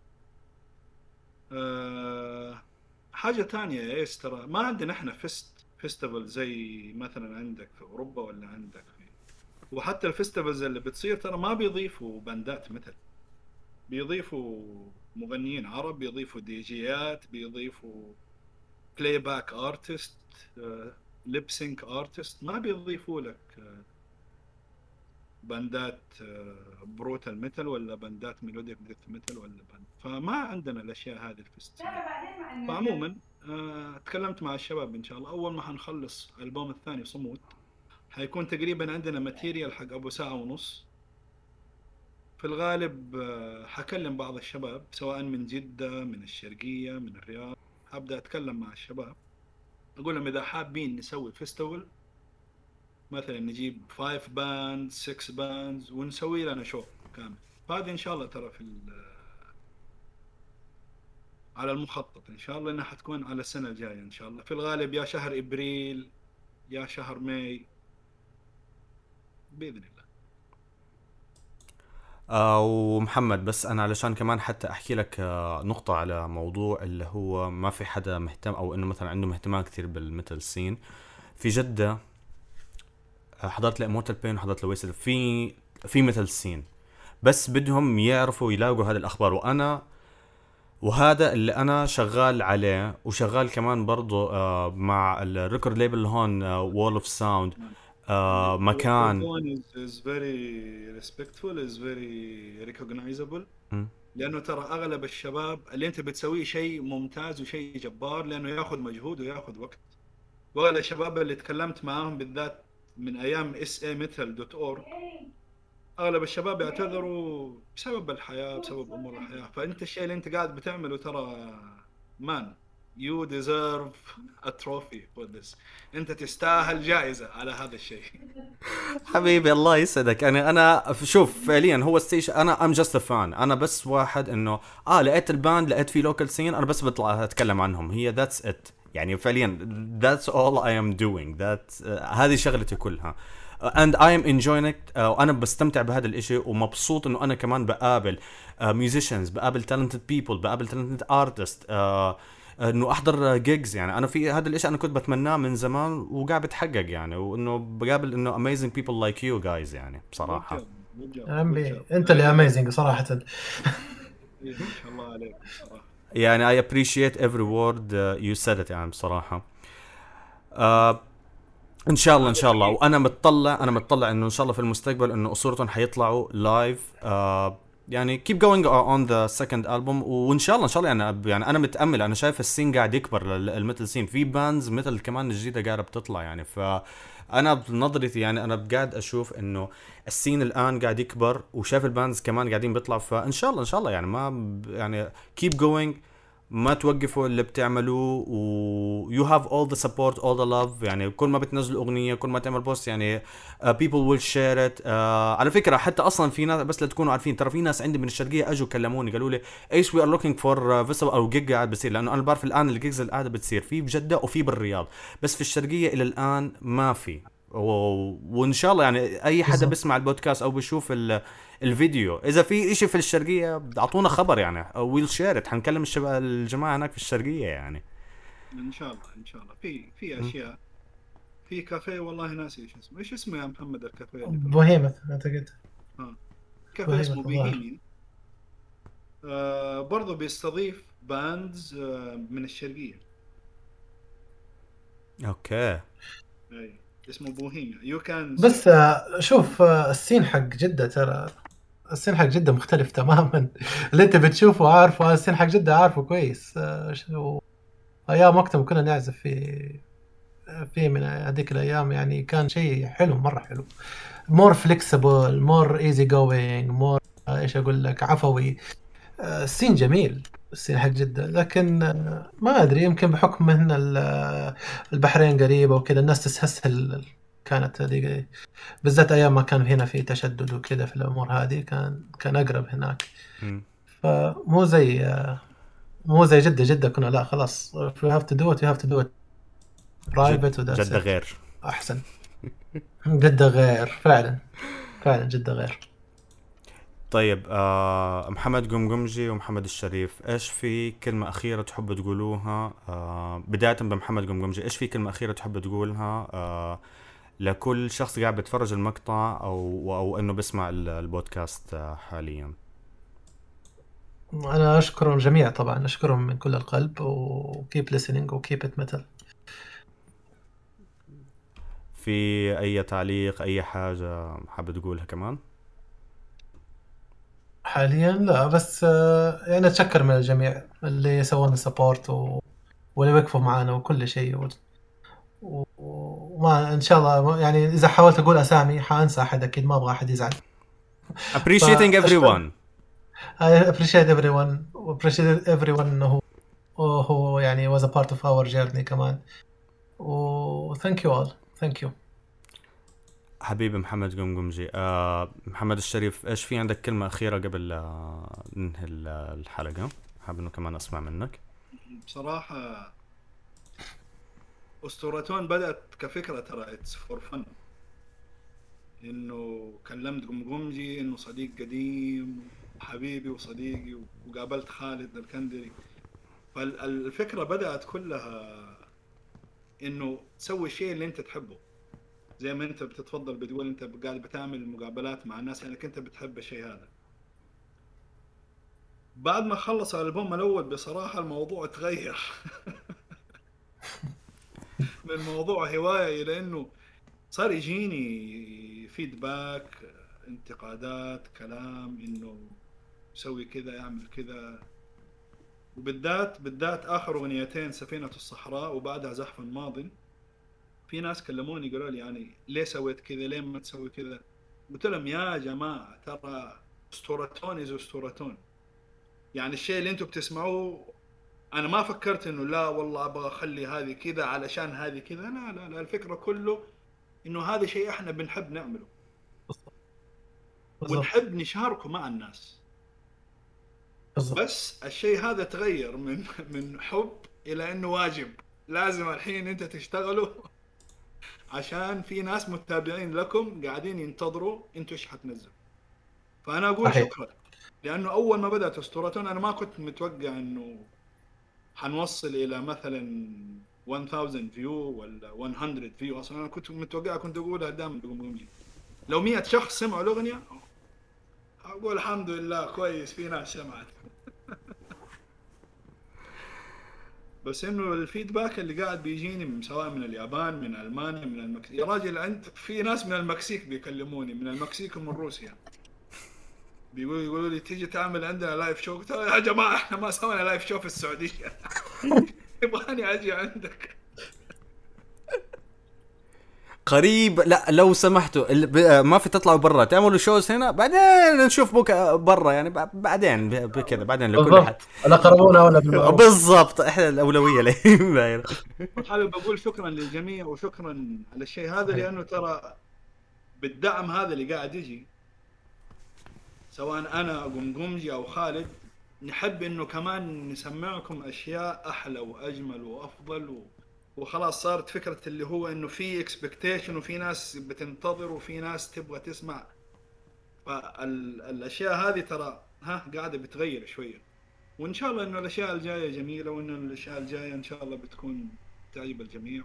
أه... حاجة تانية يا إيش، ترى ما عندنا إحنا فيست فيستيفال زي مثلا عندك في أوروبا ولا عندك في، وحتى الفيستيفالز اللي بتصير ترى ما بيضيفوا باندات مثل، بيضيفوا مغنيين عرب، بيضيفوا دي جيات، بيضيفوا بلاي باك ارتست، ليب سينك ارتست، ما بيضيفوا لك آه، باندات بروتال ميتال ولا باندات ميلوديك ديث ميتال ولا باند. فما عندنا الاشياء هذه الفيستيفال. فعموما آه، تكلمت مع الشباب ان شاء الله اول ما حنخلص البوم الثاني صمود حيكون تقريبا عندنا ماتيريال حق ابو ساعة ونص. في الغالب آه، حكلم بعض الشباب سواء من جدة، من الشرقية، من الرياض. هبدأ أتكلم مع الشباب أقول لهم إذا حابين نسوي فيستيفال مثلا نجيب فايف باند سكس باندز ونسوي لنا شو كامل. فهذه إن شاء الله ترى في على المخطط إن شاء الله إنها حتكون على السنة الجاية إن شاء الله، في الغالب يا شهر إبريل يا شهر ماي بإذن الله. آه ومحمد، بس انا علشان كمان حتى احكي لك آه نقطة على موضوع اللي هو ما في حدا مهتم او انه مثلا عنده اهتمام كثير بالميتال سين في جدة. آه حضرت لإمورتال بين وحضرت لويسد، في في ميتال سين بس بدهم يعرفوا يلاقوا هذه الاخبار. وانا وهذا اللي انا شغال عليه، وشغال كمان برضو آه مع الريكورد ليبل هون وول اوف ساوند مكان. One is, is very respectful, is very recognizable. م. لانه ترى اغلب الشباب اللي انت بتسويه شيء ممتاز وشيء جبار، لانه ياخذ مجهود وياخذ وقت. واغلب الشباب اللي تكلمت معاهم بالذات من ايام اس اي مثل دوت اورg، اغلب الشباب يعتذروا بسبب الحياه، بسبب امور الحياه. فانت الشيء اللي انت قاعد بتعمله ترى مان، you deserve a trophy for this. انت تستاهل جائزه على هذا الشيء. حبيبي الله يسعدك. انا انا شوف فعليا هو ستيشن، انا ام جاست فان، انا بس واحد انه اه لقيت الباند، لقيت في لوكال سين، انا بس بطلع اتكلم عنهم، هي ذاتس ات يعني فعليا that's all I am doing that. uh, هذه شغلتي كلها uh, and I am enjoying it. uh, وانا بستمتع بهذا الاشي، ومبسوط انه انا كمان بقابل uh, musicians، بقابل talented people، بقابل talented artists، uh, انه احضر جيجز. يعني انا في هذا الاشي انا كنت بتمناه من زمان وقاعد بتحقق يعني، وانه بقابل انه amazing people like you guys يعني بصراحة. عمي انت اللي اميزنج صراحة. إيه، ما شاء الله عليك صراحة. يعني I appreciate every word uh, you said it يعني بصراحة. uh, ان شاء الله ان شاء الله. وانا متطلع انا متطلع انه ان شاء الله في المستقبل انه اسرتهم حيطلعوا لايف. uh, يعني keep going on the second album، وان شاء الله ان شاء الله يعني يعني انا متامل، انا شايف السين قاعد يكبر، الميتال سين في بانز مثل كمان الجديده قاعده بتطلع يعني. فانا بنظرتي يعني انا قاعد اشوف انه السين الان قاعد يكبر، وشايف البانز كمان قاعدين بيطلعوا. فان شاء الله ان شاء الله يعني ما يعني keep going، ما توقفوا اللي بتعملوه، و you have all the support all the love. يعني كل ما بتنزلوا أغنية، كل ما تعمل بوست يعني uh, people will share it. uh, على فكرة حتى أصلا في ناس، بس لتكونوا عارفين، ترى في ناس عندي من الشرقية أجوا كلموني قالوا لي إيش we are looking for uh, festival أو جيج قاعد بتصير، لأنه أنا بعرف الآن الجيجز اللي قاعدة بتصير في بجدة وفي بالرياض، بس في الشرقية إلى الآن ما في. و... وإن شاء الله يعني أي حدا بيسمع البودكاست أو بيشوف ال... الفيديو، اذا في اشي في الشرقيه اعطونا خبر يعني، ويل شير، حنكلم الشباب الجماعه هناك في الشرقيه يعني. ان شاء الله ان شاء الله. في في اشياء، في كافيه والله ناسي ايش اسمه، ايش اسمه يا محمد الكافيه اللي في بوهيمة اعتقد. اه كافيه اسمه بوهيميان. آه برضو بيستضيف باندز آه من الشرقيه. اوكي اي اسمه بوهيميا. يو كان بس آه شوف آه السين حق جدة، ترى السين حق جدة مختلف تماما. اللي انت بتشوفه عارفه، السين حق جدة عارفه كويس. آه ايام وقتها كنا نعزف في في من هذيك الايام، يعني كان شيء حلو مره حلو، مور فليكسبل، مور ايزي جوينج، مور ايش اقول لك، عفوي. آه السين جميل، السين حق جدة. لكن آه ما ادري، يمكن بحكم ان البحرين قريبه وكذا الناس تستسهل. كانت هذه بالذات ايام ما كان هنا في تشدد وكذا في الامور هذه، كان كان اقرب هناك. م. فمو زي مو زي جدة. جدة كنا لا خلاص we have to do it we have to do it private. جد جدة غير احسن. جدة غير فعلا فعلا جدة غير. طيب آه محمد قمقمجي ومحمد الشريف، ايش في كلمة أخيرة تحب تقولوها؟ آه بداية بمحمد قمقمجي، ايش في كلمة أخيرة تحب تقولها آه لكل شخص قاعد بيتفرج المقطع او او انه بيسمع البودكاست حاليا؟ انا اشكر الجميع طبعا، اشكرهم من كل القلب، وكيب listening وكيب ات ميتال. في اي تعليق، اي حاجة حابب تقولها كمان؟ حاليا لا، بس يعني اتشكر من الجميع اللي سوونا سبورت و... واللي وقفوا معنا وكل شيء و... وما ان شاء الله يعني اذا حاولت اقول اسامي حانسى احد، اكيد ما ابغى احد يزعل. appreciating everyone I appreciate everyone appreciate everyone انه هو يعني was a part of our journey كمان. و thank you all thank you حبيبي محمد قمقمجي. آه محمد الشريف، ايش في عندك كلمة أخيرة قبل آه ننهي الحلقة؟ حابب انه كمان اسمع منك. بصراحة أسطورتون بدأت كفكرة ترى it's for fun، إنه كلمت قمقمجي إنه صديق قديم حبيبي وصديقي، وقابلت خالد الكندري. فالفكرة بدأت كلها إنه تسوي الشيء اللي أنت تحبه، زي ما أنت بتتفضل بتقول أنت قاعد بتعمل مقابلات مع الناس لأنك أنت بتحب الشيء هذا. بعد ما خلص الألبوم الأول بصراحة الموضوع تغير من موضوع هواية إلى إنه صار يجيني فيدباك، انتقادات، كلام إنه يسوي كذا يعمل كذا. وبالذات بالذات اخر اغنيتين سفينة الصحراء وبعدها زحف ماضٍ، في ناس كلموني قالوا لي يعني ليه سويت كذا، ليه ما تسوي كذا؟ قلت لهم يا جماعة ترى اسطورتون إذا اسطورتون، يعني الشيء اللي انتم بتسمعوه انا ما فكرت انه لا والله ابغى اخلي هذه كذا علشان هذه كذا، لا لا لا، الفكرة كله انه هذا شيء احنا بنحب نعمله بالضبط. ونحب نشاركه مع الناس. بالضبط. بس الشيء هذا تغير من من حب الى انه واجب، لازم الحين انت تشتغلوا عشان في ناس متابعين لكم قاعدين ينتظروا انتوا ايش حتنزلوا. فانا اقول صحيح. شكرا، لانه اول ما بدات اسطورتون انا ما كنت متوقع انه حنوصل الى مثلا ألف فيو ولا مية فيو. اصلا انا كنت متوقع، كنت اقولها دائما بقوم لو مية شخص سمعوا الاغنيه اقول الحمد لله كويس في ناس سمعت. بس انه الفيدباك اللي قاعد بيجيني سواء من اليابان من المانيا من المكسيك، يا راجل انت في ناس من المكسيك بيكلموني، من المكسيك ومن روسيا بيقولوا يقولوا لي تيجي تعمل عندنا لايف شو. قلت يا جماعه احنا ما سوينا لايف شو في السعوديه يبغاني اجي عندك قريب. لا لو سمحتوا ال- ب- ما في تطلعوا برا تعملوا شوز هنا، بعدين نشوف بك برا يعني ب- بعدين ب- بكذا بعدين لكل حد. بالضبط. الأقربون أولى بالمعروف. بالضبط احنا الاولويه لهم. حابب اقول شكرا للجميع وشكرا على الشيء هذا، لانه ترى بالدعم هذا اللي قاعد يجي سواء انا قمقمجي او خالد، نحب انه كمان نسمعكم اشياء احلى واجمل وافضل و... وخلاص صارت فكرة اللي هو انه في اكسبكتيشن وفي ناس بتنتظر وفي ناس تبغى تسمع. فالاشياء هذه ترى ها قاعدة بتغير شوية، وان شاء الله انه الاشياء الجاية جميلة، وانه الاشياء الجاية ان شاء الله بتكون تعجب الجميع.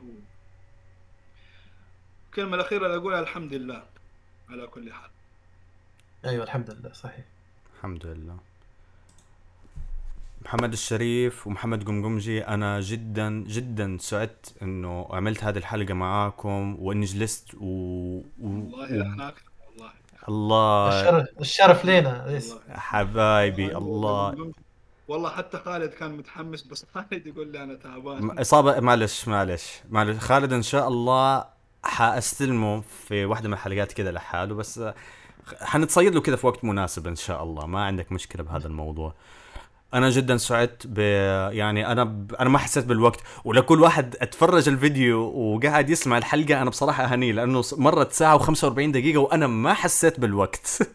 والكلمة الاخيرة اللي اقولها الحمد لله على كل حال. أيوة الحمد لله. صحيح الحمد لله. محمد الشريف ومحمد قمقمجي، أنا جدا جدا سعدت إنه عملت هذه الحلقة معاكم وإني جلست و... و... والله احنا أكثر والله. الله الشرف الشرف لينا. والله. حبايبي الله. والله حتى خالد كان متحمس، بس خالد يقول لي أنا تعبان. إصابة معلش معلش معلش خالد إن شاء الله حأستلمه في واحدة من الحلقات كذا لحاله، بس حنتصيد له كذا في وقت مناسب إن شاء الله، ما عندك مشكلة بهذا الموضوع. انا جدا سعدت ب يعني انا ب... انا ما حسيت بالوقت، ولكل واحد اتفرج الفيديو وقاعد يسمع الحلقه انا بصراحه اهنيه، لانه مرت ساعه وخمسة وأربعين دقيقه وانا ما حسيت بالوقت.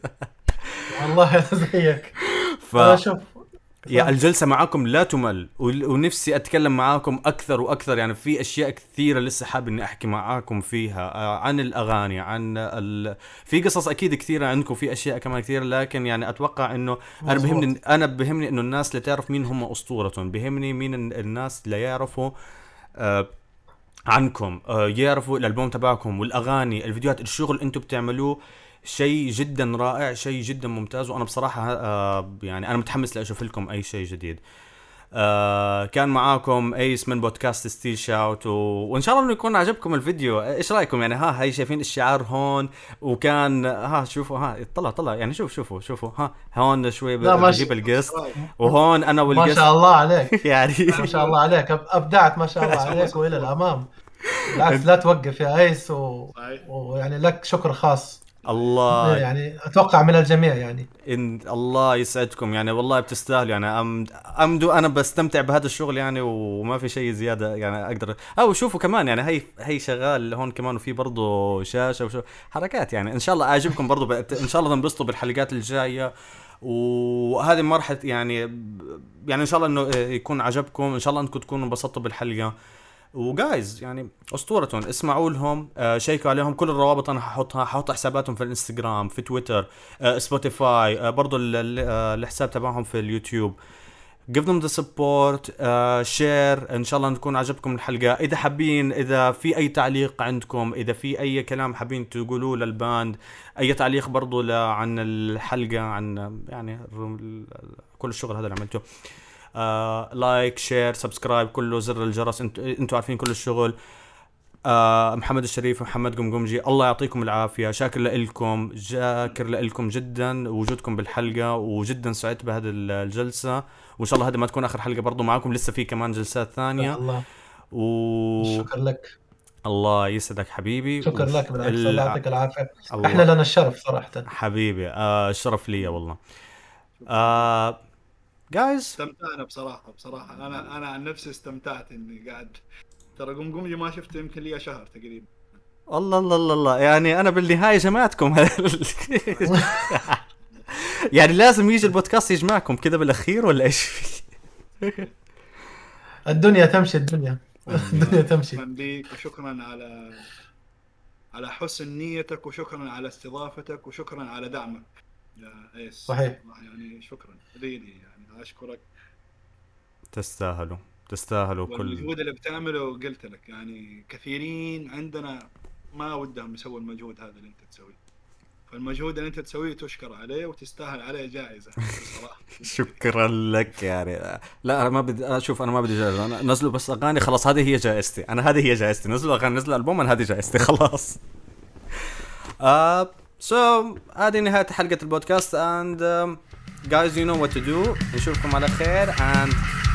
والله زيك. ف شوف يا الجلسه معاكم لا تمل، ونفسي اتكلم معاكم اكثر واكثر، يعني في اشياء كثيره لسه حابب اني احكي معاكم فيها، عن الاغاني، عن ال... في قصص اكيد كثيره عندكم، في اشياء كمان كثيره، لكن يعني اتوقع انه انا بهمني انا بهمني انه الناس اللي تعرف مين هم اسطورتهم، بهمني مين الناس اللي يعرفوا آه عنكم، آه يعرفوا الالبوم تبعكم والاغاني الفيديوهات الشغل اللي انتم بتعملوه، شيء جدا رائع، شيء جدا ممتاز. وانا بصراحه آه يعني انا متحمس لاشوف لكم اي شيء جديد. آه كان معاكم ايس من بودكاست ستيل شاوت، و... وان شاء الله انه يكون عجبكم الفيديو. ايش رايكم يعني؟ ها هاي شايفين الشعار هون، وكان ها شوفوا ها طلع طلع يعني شوف شوفوا شوفوا ها هون شوي بجيب القسط، وهون انا والقسط ما شاء الله عليك يعني ما شاء الله عليك ابدعت ما شاء الله عليك والى الامام. بالعكس لا توقف يا ايس و... ويعني لك شكر خاص الله يعني اتوقع من الجميع يعني. إن الله يسعدكم يعني، والله بتستاهلوا يعني. أمد أمدو انا بستمتع بهذا الشغل يعني، وما في شيء زياده يعني اقدر. او شوفوا كمان يعني هي هي شغال هون كمان، وفي برضه شاشه وشو حركات يعني. ان شاء الله اعجبكم برضه ب... ان شاء الله تنبسطوا بالحلقات الجايه، وهذه مرحله يعني يعني ان شاء الله انه يكون عجبكم، ان شاء الله انكم تكونوا انبسطتوا بالحلقه. وجايز يعني اسطورتهم، اسمعوا لهم، آه شيكوا عليهم. كل الروابط انا هحطها، هحط حساباتهم في الانستغرام، في تويتر، آه سبوتيفاي، آه برضو الحساب تبعهم في اليوتيوب. give them the support، آه share. ان شاء الله نكون عجبكم الحلقه. اذا حابين، اذا في اي تعليق عندكم، اذا في اي كلام حابين تقولوه للباند، اي تعليق برضو عن الحلقه، عن يعني كل الشغل هذا اللي عملته، لايك شير سبسكرايب كله، زر الجرس، انتوا انتوا عارفين كل الشغل. آه محمد الشريف ومحمد قمقمجي، الله يعطيكم العافية، شاكر لكم، شاكر لكم جدا وجودكم بالحلقة، وجدا سعدت بهذه الجلسة، وإن شاء الله هذا ما تكون آخر حلقة برضو معكم، لسه في كمان جلسات ثانية. الله و... شكرا لك. الله يسعدك حبيبي. شكرا وش... لك بالعكس، ال... الله يعطيك العافية. الله... احنا لنا الشرف صراحة حبيبي. آه الشرف لي والله. آه جايز استمتعنا بصراحة بصراحة أنا أنا عن نفسي استمتعت إني قاعد، ترى قمقمجي ما شفته يمكن لي شهر تقريبا. الله الله الله الله، يعني أنا بالنهاية جمعتكم. يعني لازم يجي البودكاست يجمعكم كذا بالأخير ولا إيش؟ الدنيا تمشي، الدنيا الدنيا تمشي. شكرا ليك وشكرا على على حسن نيتك، وشكرا على استضافتك، وشكرا على دعمك يا ايس. صحيح يعني شكرا ريلي، يعني اشكرك. تستاهلوا تستاهلوا كل المجهود اللي بتعمله، قلت لك يعني كثيرين عندنا ما ودهم يسووا المجهود هذا اللي انت تسويه، فالمجهود اللي انت تسويه تشكر عليه وتستاهل عليه جائزة بصراحة. شكرا لك يعني. لا انا ما بدي اشوف، انا ما بدي جائزة، انا نزلوا بس اغاني خلاص، هذه هي جائزتي، انا هذه هي جائزتي، نزلوا اغاني، نزلوا البوم، انا هذه جائزتي خلاص. uh, so هذه نهاية حلقة البودكاست and um, guys you know what to do. نشوفكم على خير and